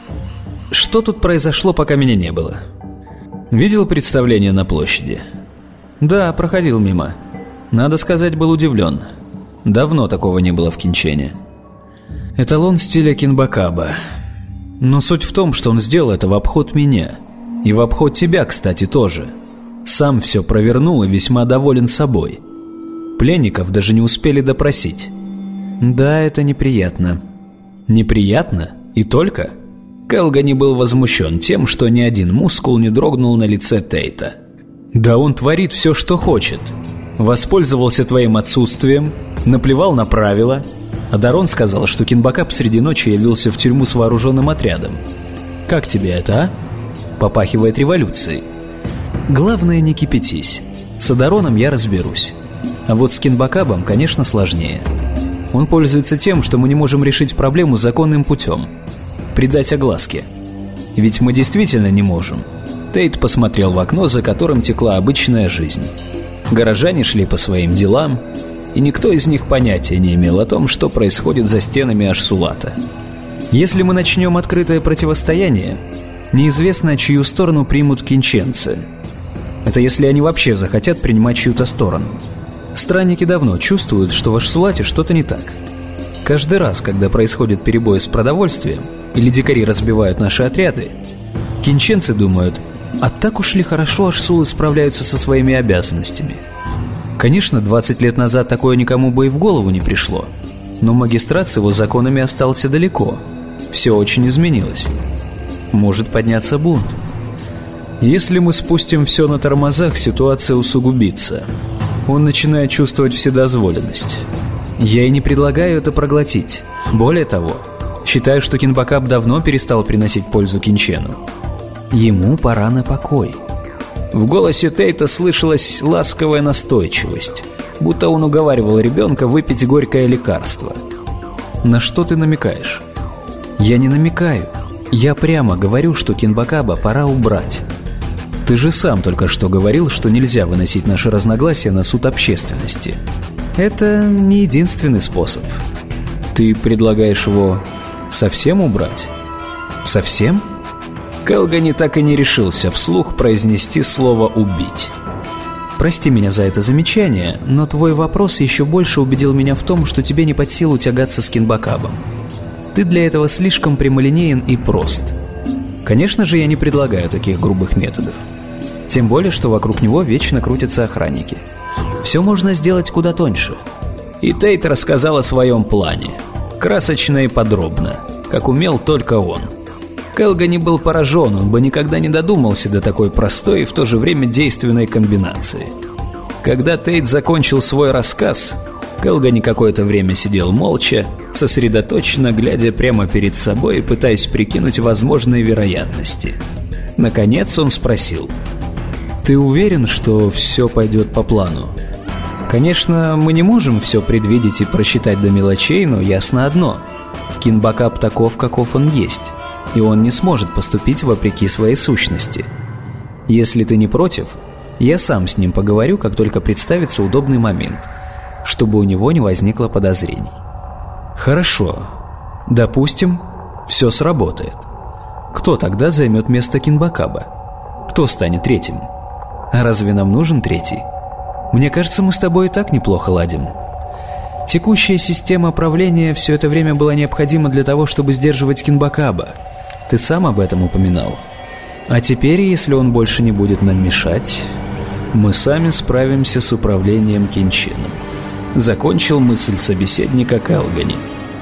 Что тут произошло, пока меня не было? Видел представление на площади? Да, проходил мимо. Надо сказать, был удивлен. Давно такого не было в Кинчене. Эталон стиля Кинбакаба. Но суть в том, что он сделал это в обход меня. И в обход тебя, кстати, тоже. Сам все провернул и весьма доволен собой. Пленников даже не успели допросить. Да, это неприятно. Неприятно? И только? Келгани был возмущен тем, что ни один мускул не дрогнул на лице Тейта. Да он творит все, что хочет. Воспользовался твоим отсутствием, наплевал на правила. А Дарон сказал, что Кинбакаб среди ночи явился в тюрьму с вооруженным отрядом. Как тебе это, а? Попахивает революцией. Главное, не кипятись. С Адароном я разберусь. А вот с Кинбакабом, конечно, сложнее. Он пользуется тем, что мы не можем решить проблему законным путем. Придать огласке. Ведь мы действительно не можем. Тейт посмотрел в окно, за которым текла обычная жизнь. Горожане шли по своим делам, и никто из них понятия не имел о том, что происходит за стенами Ашсулата. Если мы начнем открытое противостояние, неизвестно, чью сторону примут кинченцы. Это если они вообще захотят принимать чью-то сторону. Странники давно чувствуют, что в Ашсулате что-то не так. Каждый раз, когда происходит перебой с продовольствием или дикари разбивают наши отряды, кинченцы думают, а так уж ли хорошо Ашсулы справляются со своими обязанностями. Конечно, двадцать лет назад такое никому бы и в голову не пришло, но магистрат с его законами остался далеко. Все очень изменилось. Может подняться бунт. Если мы спустим все на тормозах, ситуация усугубится. Он начинает чувствовать вседозволенность. Я и не предлагаю это проглотить. Более того, считаю, что Кинбакаб давно перестал приносить пользу Кинчену. Ему пора на покой. В голосе Тейта слышалась ласковая настойчивость, будто он уговаривал ребенка выпить горькое лекарство. На что ты намекаешь? Я не намекаю. Я прямо говорю, что Кинбакаба пора убрать. Ты же сам только что говорил, что нельзя выносить наши разногласия на суд общественности. Это не единственный способ. Ты предлагаешь его совсем убрать? Совсем? Келгани так и не решился вслух произнести слово «убить». Прости меня за это замечание, но твой вопрос еще больше убедил меня в том, что тебе не под силу тягаться с Кинбакабом. Ты для этого слишком прямолинеен и прост. Конечно же, я не предлагаю таких грубых методов. Тем более, что вокруг него вечно крутятся охранники. Все можно сделать куда тоньше. И Тейт рассказал о своем плане. Красочно и подробно, как умел только он. Келгани был поражен, он бы никогда не додумался до такой простой и в то же время действенной комбинации. Когда Тейт закончил свой рассказ, Келгани какое-то время сидел молча, сосредоточенно глядя прямо перед собой и пытаясь прикинуть возможные вероятности. Наконец он спросил: «Ты уверен, что все пойдет по плану?» «Конечно, мы не можем все предвидеть и просчитать до мелочей, но ясно одно. Кинбакаб таков, каков он есть, и он не сможет поступить вопреки своей сущности. Если ты не против, я сам с ним поговорю, как только представится удобный момент, чтобы у него не возникло подозрений». «Хорошо. Допустим, все сработает. Кто тогда займет место Кинбакаба? Кто станет третьим? А разве нам нужен третий? Мне кажется, мы с тобой и так неплохо ладим. Текущая система правления все это время была необходима для того, чтобы сдерживать Кинбакаба. Ты сам об этом упоминал. А теперь, если он больше не будет нам мешать, мы сами справимся с управлением Кинченом». Закончил мысль собеседника Келгани.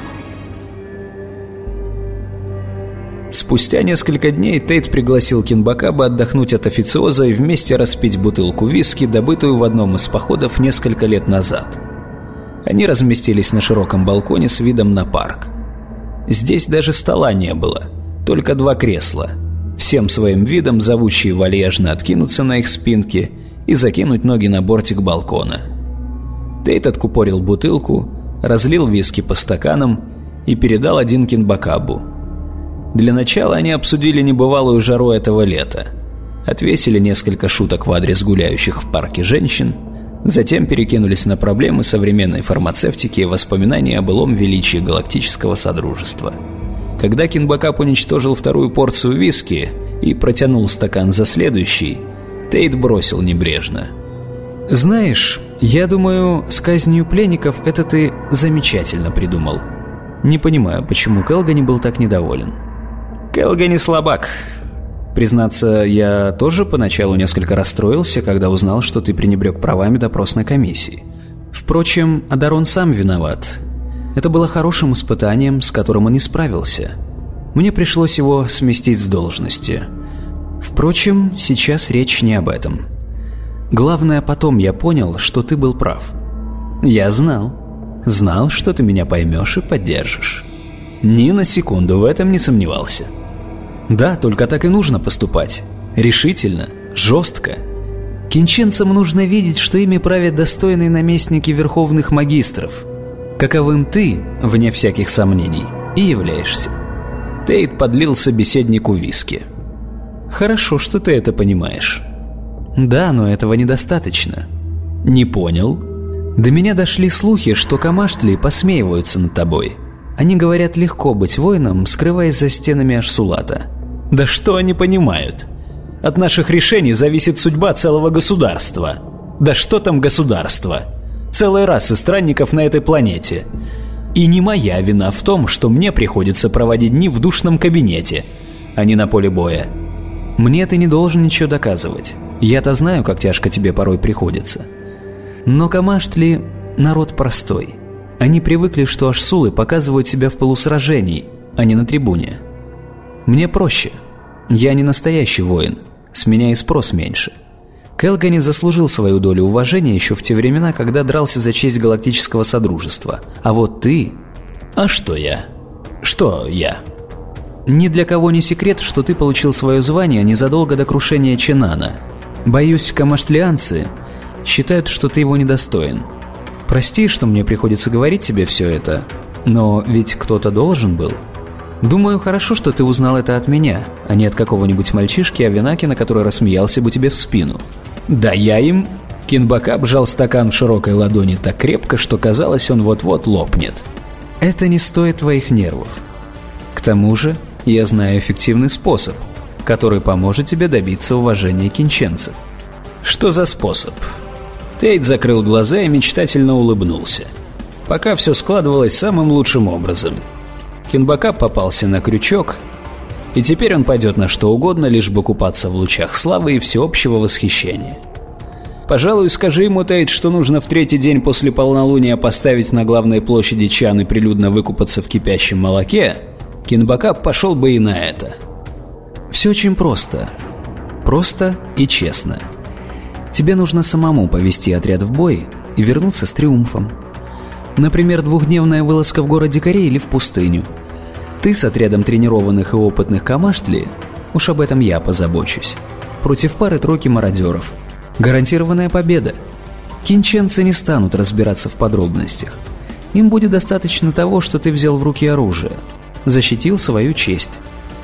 Спустя несколько дней Тейт пригласил Кинбакаба отдохнуть от официоза и вместе распить бутылку виски, добытую в одном из походов несколько лет назад. Они разместились на широком балконе с видом на парк. Здесь даже стола не было, только два кресла, всем своим видом зовущие вальяжно откинуться на их спинки и закинуть ноги на бортик балкона. Тейт откупорил бутылку, разлил виски по стаканам и передал один Кинбакабу. Для начала они обсудили небывалую жару этого лета. отвесили несколько шуток в адрес гуляющих в парке женщин, затем перекинулись на проблемы современной фармацевтики и воспоминания о былом величии галактического содружества. Когда Кинбакап уничтожил вторую порцию виски и протянул стакан за следующий, Тейт бросил небрежно: «Знаешь, я думаю, с казнью пленников это ты замечательно придумал. Не понимаю, почему Келгани был так недоволен». «Келгани слабак. Признаться, я тоже поначалу несколько расстроился, когда узнал, что ты пренебрег правами допросной комиссии. Впрочем, Адарон сам виноват. Это было хорошим испытанием, с которым он не справился. Мне пришлось его сместить с должности. Впрочем, сейчас речь не об этом. Главное, потом я понял, что ты был прав. Я знал. Знал, что ты меня поймешь и поддержишь. Ни на секунду в этом не сомневался. Да, только так и нужно поступать. Решительно, жестко. Кинченцам нужно видеть, что ими правят достойные наместники верховных магистров, каковым ты, вне всяких сомнений, и являешься. Тейт подлил собеседнику виски. Хорошо, что ты это понимаешь. Да, но этого недостаточно. Не понял? До меня дошли слухи, что камаштли посмеиваются над тобой. Они говорят, легко быть воином, скрываясь за стенами Ашсулата. Да что они понимают? От наших решений зависит судьба целого государства. Да что там государство? Целой расы странников на этой планете. И не моя вина в том, что мне приходится проводить дни в душном кабинете, а не на поле боя. Мне ты не должен ничего доказывать. Я-то знаю, как тяжко тебе порой приходится. Но камаштли – народ простой. Они привыкли, что ашсулы показывают себя в полусражении, а не на трибуне. Мне проще. Я не настоящий воин. С меня и спрос меньше. Келгани заслужил свою долю уважения еще в те времена, когда дрался за честь галактического содружества. А вот ты... А что я? Что я? Ни для кого не секрет, что ты получил свое звание незадолго до крушения Ченана. Боюсь, камаштлианцы считают, что ты его недостоин. Прости, что мне приходится говорить тебе все это, но ведь кто-то должен был. Думаю, хорошо, что ты узнал это от меня, а не от какого-нибудь мальчишки Авенакина, который рассмеялся бы тебе в спину. Да я им... Кинбакап сжал стакан в широкой ладони так крепко, что казалось, он вот-вот лопнет. Это не стоит твоих нервов. К тому же, я знаю эффективный способ, который поможет тебе добиться уважения кинченцев. Что за способ? Тейт закрыл глаза и мечтательно улыбнулся. Пока все складывалось самым лучшим образом. Кинбакап попался на крючок, и теперь он пойдет на что угодно, лишь бы купаться в лучах славы и всеобщего восхищения. Пожалуй, скажи ему, Тейт, что нужно в третий день после полнолуния поставить на главной площади чан и прилюдно выкупаться в кипящем молоке, Кинбакап пошел бы и на это. Все очень просто. Просто и честно. Тебе нужно самому повести отряд в бой и вернуться с триумфом. Например, двухдневная вылазка в город дикарей или в пустыню. Ты с отрядом тренированных и опытных камаштли, уж об этом я позабочусь, против пары-тройки мародеров. Гарантированная победа. Кинченцы не станут разбираться в подробностях. Им будет достаточно того, что ты взял в руки оружие, защитил свою честь.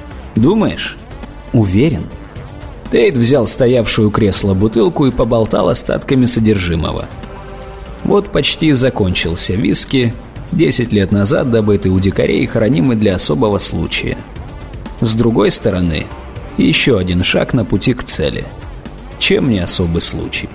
Думаешь? Уверен. Тейт взял стоявшую у кресла бутылку и поболтал остатками содержимого. Вот почти закончился виски, десять лет назад добытый у дикарей и хранимый для особого случая. С другой стороны, еще один шаг на пути к цели. Чем не особый случай?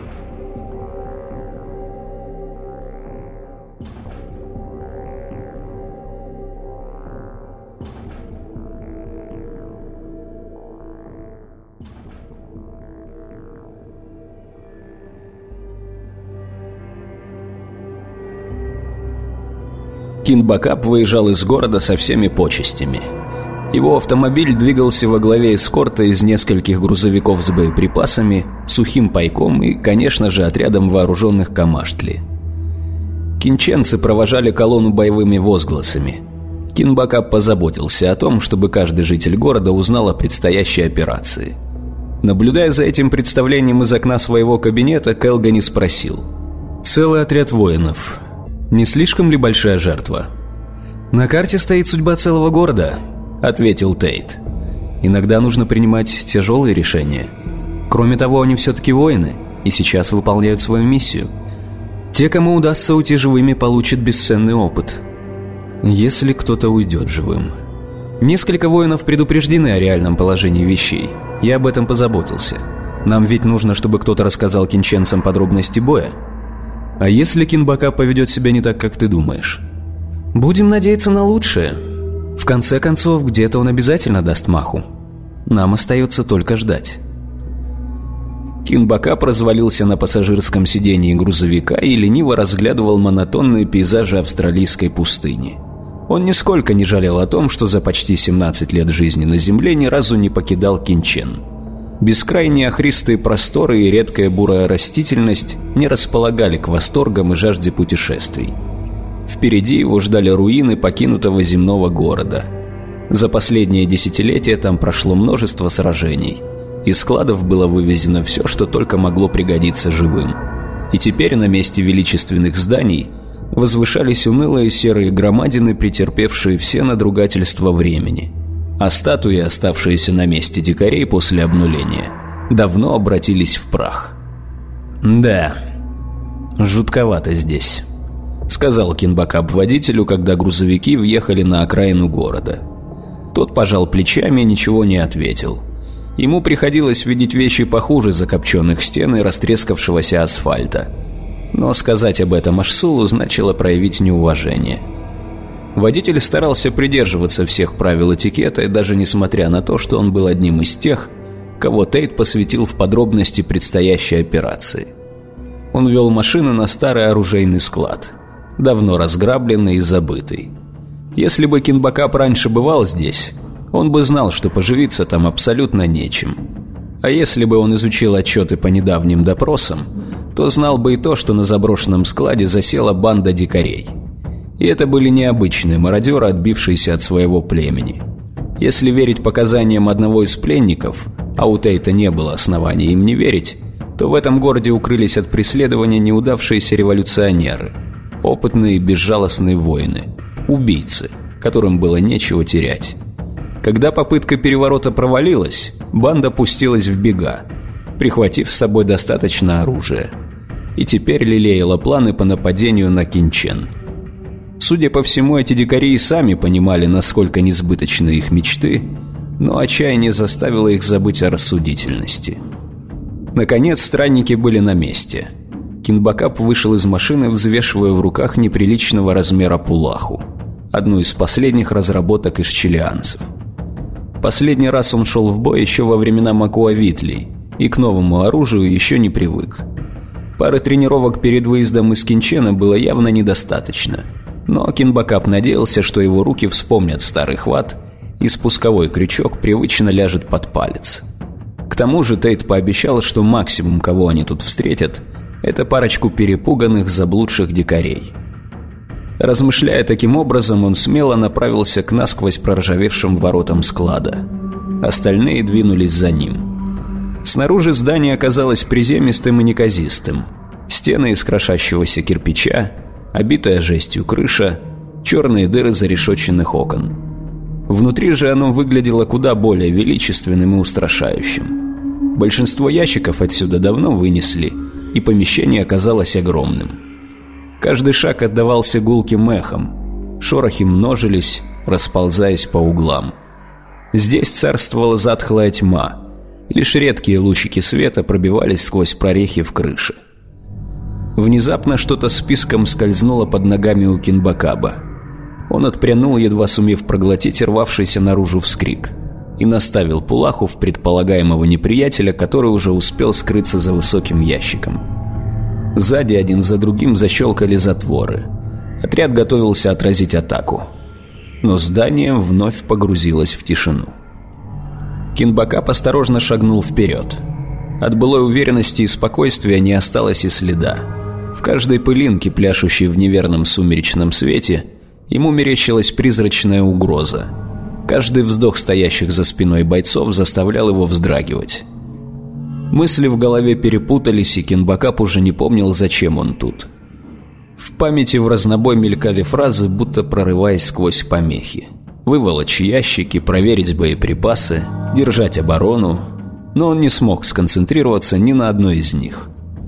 Кинбакап выезжал из города со всеми почестями. Его автомобиль двигался во главе эскорта из нескольких грузовиков с боеприпасами, сухим пайком и, конечно же, отрядом вооруженных камаштли. Кинченцы провожали колонну боевыми возгласами. Кинбакап позаботился о том, чтобы каждый житель города узнал о предстоящей операции. Наблюдая за этим представлением из окна своего кабинета, Келгани спросил: «Целый отряд воинов. Не слишком ли большая жертва?» «На карте стоит судьба целого города», — ответил Тейт. «Иногда нужно принимать тяжелые решения». Кроме того, они все-таки воины и сейчас выполняют свою миссию. Те, кому удастся уйти живыми, получат бесценный опыт. Если кто-то уйдет живым. Несколько воинов предупреждены о реальном положении вещей. Я об этом позаботился. Нам ведь нужно, чтобы кто-то рассказал кинченцам подробности боя. А если Кинбака поведет себя не так, как ты думаешь? Будем надеяться на лучшее. В конце концов, где-то он обязательно даст маху. Нам остается только ждать. Кинбака развалился на пассажирском сидении грузовика и лениво разглядывал монотонные пейзажи австралийской пустыни. Он нисколько не жалел о том, что за почти семнадцать лет жизни на Земле ни разу не покидал Кинчен. Бескрайние охристые просторы и редкая бурая растительность не располагали к восторгам и жажде путешествий. Впереди его ждали руины покинутого земного города. За последние десятилетия там прошло множество сражений. Из складов было вывезено все, что только могло пригодиться живым. И теперь на месте величественных зданий возвышались унылые серые громадины, претерпевшие все надругательства времени. А статуи, оставшиеся на месте дикарей после обнуления, давно обратились в прах. «Да, жутковато здесь», — сказал Кинбака водителю, когда грузовики въехали на окраину города. Тот пожал плечами и ничего не ответил. Ему приходилось видеть вещи похуже закопченных стен и растрескавшегося асфальта. Но сказать об этом Ашсулу значило проявить неуважение. Водитель старался придерживаться всех правил этикета, и даже несмотря на то, что он был одним из тех, кого Тейт посвятил в подробности предстоящей операции. Он вел машину на старый оружейный склад, давно разграбленный и забытый. Если бы Кинбакап раньше бывал здесь, он бы знал, что поживиться там абсолютно нечем. А если бы он изучил отчеты по недавним допросам, то знал бы и то, что на заброшенном складе засела банда дикарей. И это были необычные мародеры, отбившиеся от своего племени. Если верить показаниям одного из пленников, а у Тейта не было оснований им не верить, то в этом городе укрылись от преследования неудавшиеся революционеры, опытные и безжалостные воины, убийцы, которым было нечего терять. Когда попытка переворота провалилась, банда пустилась в бега, прихватив с собой достаточно оружия, и теперь лелеяла планы по нападению на Кинчен. Судя по всему, эти дикари и сами понимали, насколько несбыточны их мечты, но отчаяние заставило их забыть о рассудительности. Наконец, странники были на месте. Кинбакап вышел из машины, взвешивая в руках неприличного размера пулаху, одну из последних разработок ишчелианцев. Последний раз он шел в бой еще во времена Макуа-Витлей, и к новому оружию еще не привык. Пары тренировок перед выездом из Кинчена было явно недостаточно, но Кинбакап надеялся, что его руки вспомнят старый хват, и спусковой крючок привычно ляжет под палец. К тому же Тейт пообещал, что максимум, кого они тут встретят, это парочку перепуганных, заблудших дикарей. Размышляя таким образом, он смело направился к насквозь проржавевшим воротам склада. Остальные двинулись за ним. Снаружи здание оказалось приземистым и неказистым. Стены из крошащегося кирпича, обитая жестью крыша, черные дыры зарешетченных окон. Внутри же оно выглядело куда более величественным и устрашающим. Большинство ящиков отсюда давно вынесли, и помещение оказалось огромным. Каждый шаг отдавался гулким эхом, шорохи множились, расползаясь по углам. Здесь царствовала затхлая тьма, лишь редкие лучики света пробивались сквозь прорехи в крыше. Внезапно что-то с писком скользнуло под ногами у Кинбакаба. Он отпрянул, едва сумев проглотить рвавшийся наружу вскрик, и наставил пулаху в предполагаемого неприятеля, который уже успел скрыться за высоким ящиком. Сзади один за другим защелкали затворы. Отряд готовился отразить атаку. Но здание вновь погрузилось в тишину. Кинбакап осторожно шагнул вперед. От былой уверенности и спокойствия не осталось и следа. В каждой пылинке, пляшущей в неверном сумеречном свете, ему мерещилась призрачная угроза. Каждый вздох стоящих за спиной бойцов заставлял его вздрагивать. Мысли в голове перепутались, и Кинбакап уже не помнил, зачем он тут. В памяти в разнобой мелькали фразы, будто прорываясь сквозь помехи. Выволочь ящики, проверить боеприпасы, держать оборону. но он не смог сконцентрироваться ни на одной из них.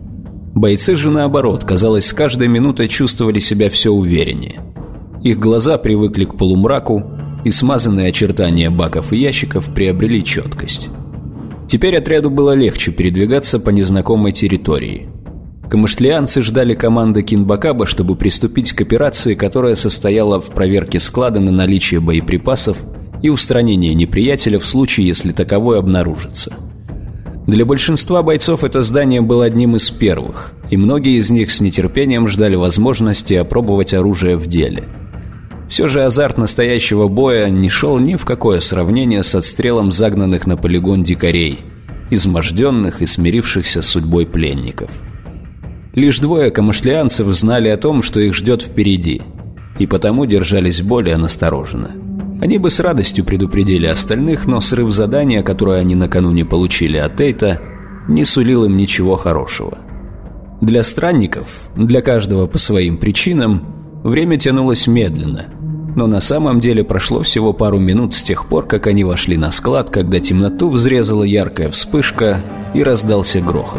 Бойцы же, наоборот, казалось, с каждой минутой чувствовали себя все увереннее. Их глаза привыкли к полумраку, и смазанные очертания баков и ящиков приобрели четкость. Теперь отряду было легче передвигаться по незнакомой территории. Камышлианцы ждали команды Кинбакаба, чтобы приступить к операции, которая состояла в проверке склада на наличие боеприпасов и устранении неприятеля в случае, если таковой обнаружится. Для большинства бойцов это здание было одним из первых, и многие из них с нетерпением ждали возможности опробовать оружие в деле. Все же азарт настоящего боя не шел ни в какое сравнение с отстрелом загнанных на полигон дикарей, изможденных и смирившихся с судьбой пленников. Лишь двое камышлианцев знали о том, что их ждет впереди, и потому держались более настороженно. Они бы с радостью предупредили остальных, но срыв задания, которое они накануне получили от Эйта, не сулил им ничего хорошего. Для странников, для каждого по своим причинам, время тянулось медленно, но на самом деле прошло всего пару минут с тех пор, как они вошли на склад, когда темноту взрезала яркая вспышка и раздался грохот.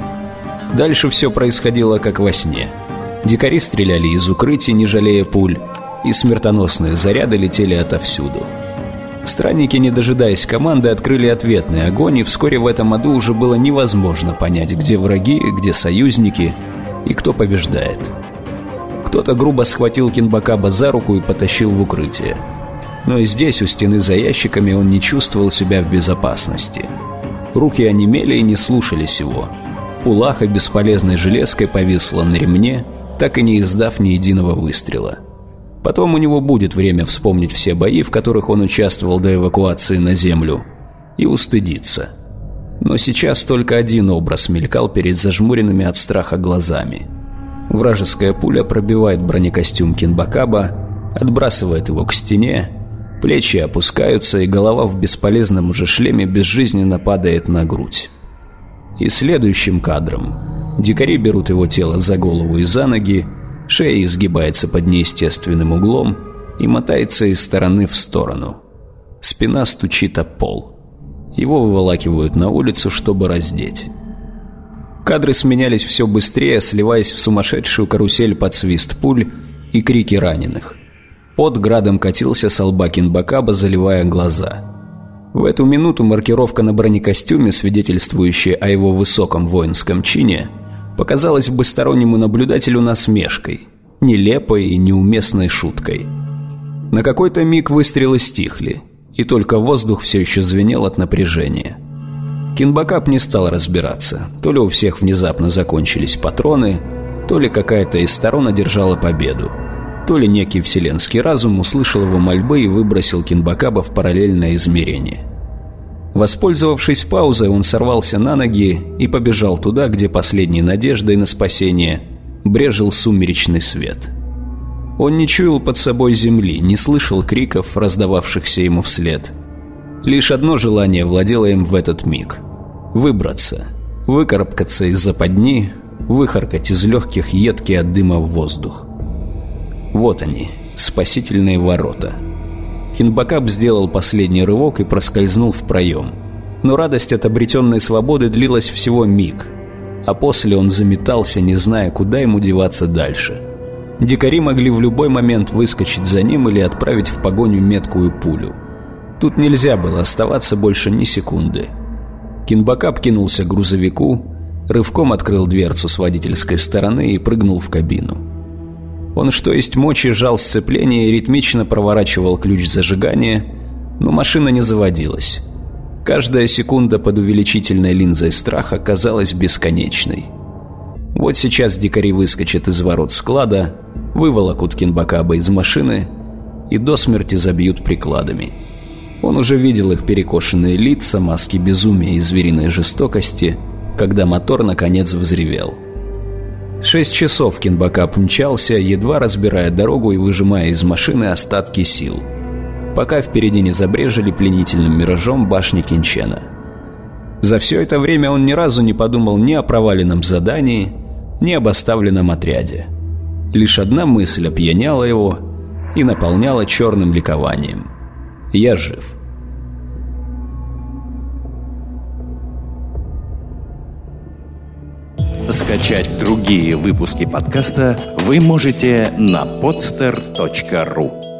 Дальше все происходило как во сне. Дикари стреляли из укрытий, не жалея пуль, и смертоносные заряды летели отовсюду. Странники, не дожидаясь команды, открыли ответный огонь, и вскоре в этом аду уже было невозможно понять, где враги, где союзники и кто побеждает. Кто-то грубо схватил Кинбакаба за руку и потащил в укрытие. Но и здесь, у стены за ящиками, он не чувствовал себя в безопасности. Руки онемели и не слушались его. Пулаха бесполезной железкой повисла на ремне, так и не издав ни единого выстрела. Потом у него будет время вспомнить все бои, в которых он участвовал до эвакуации на землю, и устыдиться. Но сейчас только один образ мелькал перед зажмуренными от страха глазами. Вражеская пуля пробивает бронекостюм Кинбакаба, отбрасывает его к стене, плечи опускаются, и голова в бесполезном уже шлеме безжизненно падает на грудь. И следующим кадром дикари берут его тело за голову и за ноги, шея изгибается под неестественным углом и мотается из стороны в сторону. Спина стучит о пол. Его выволакивают на улицу, чтобы раздеть. Кадры сменялись все быстрее, сливаясь в сумасшедшую карусель под свист пуль и крики раненых. Пот градом катился с лба Кинбакаба, заливая глаза. В эту минуту маркировка на бронекостюме, свидетельствующая о его высоком воинском чине, показалась бы стороннему наблюдателю насмешкой, нелепой и неуместной шуткой. На какой-то миг выстрелы стихли, и только воздух все еще звенел от напряжения. Кинбакаб не стал разбираться, то ли у всех внезапно закончились патроны, то ли какая-то из сторон одержала победу, то ли некий вселенский разум услышал его мольбы и выбросил Кинбакаба в параллельное измерение. Воспользовавшись паузой, он сорвался на ноги и побежал туда, где последней надеждой на спасение брезжил сумеречный свет. Он не чуял под собой земли, не слышал криков, раздававшихся ему вслед. Лишь одно желание владело им в этот миг – выбраться, выкарабкаться из западни, выхаркать из легких едкий от дыма в воздух. Вот они, спасительные ворота. Кинбакаб сделал последний рывок и проскользнул в проем. Но радость от обретенной свободы длилась всего миг, а после он заметался, не зная, куда ему деваться дальше. Дикари могли в любой момент выскочить за ним или отправить в погоню меткую пулю. Тут нельзя было оставаться больше ни секунды. Кинбакаб кинулся к грузовику, рывком открыл дверцу с водительской стороны и прыгнул в кабину. Он что есть мочи жал сцепление и ритмично проворачивал ключ зажигания, но машина не заводилась. Каждая секунда под увеличительной линзой страха казалась бесконечной. Вот сейчас дикари выскочат из ворот склада, выволокут Кинбакаба из машины и до смерти забьют прикладами. Он уже видел их перекошенные лица, маски безумия и звериной жестокости, когда мотор наконец взревел. Шесть часов Кинбакаб мчался, едва разбирая дорогу и выжимая из машины остатки сил, пока впереди не забрежили пленительным миражом башни Кинчена. За все это время он ни разу не подумал ни о проваленном задании, ни об оставленном отряде. Лишь одна мысль опьяняла его и наполняла черным ликованием. «Я жив». Скачать другие выпуски подкаста вы можете на podster точка ру.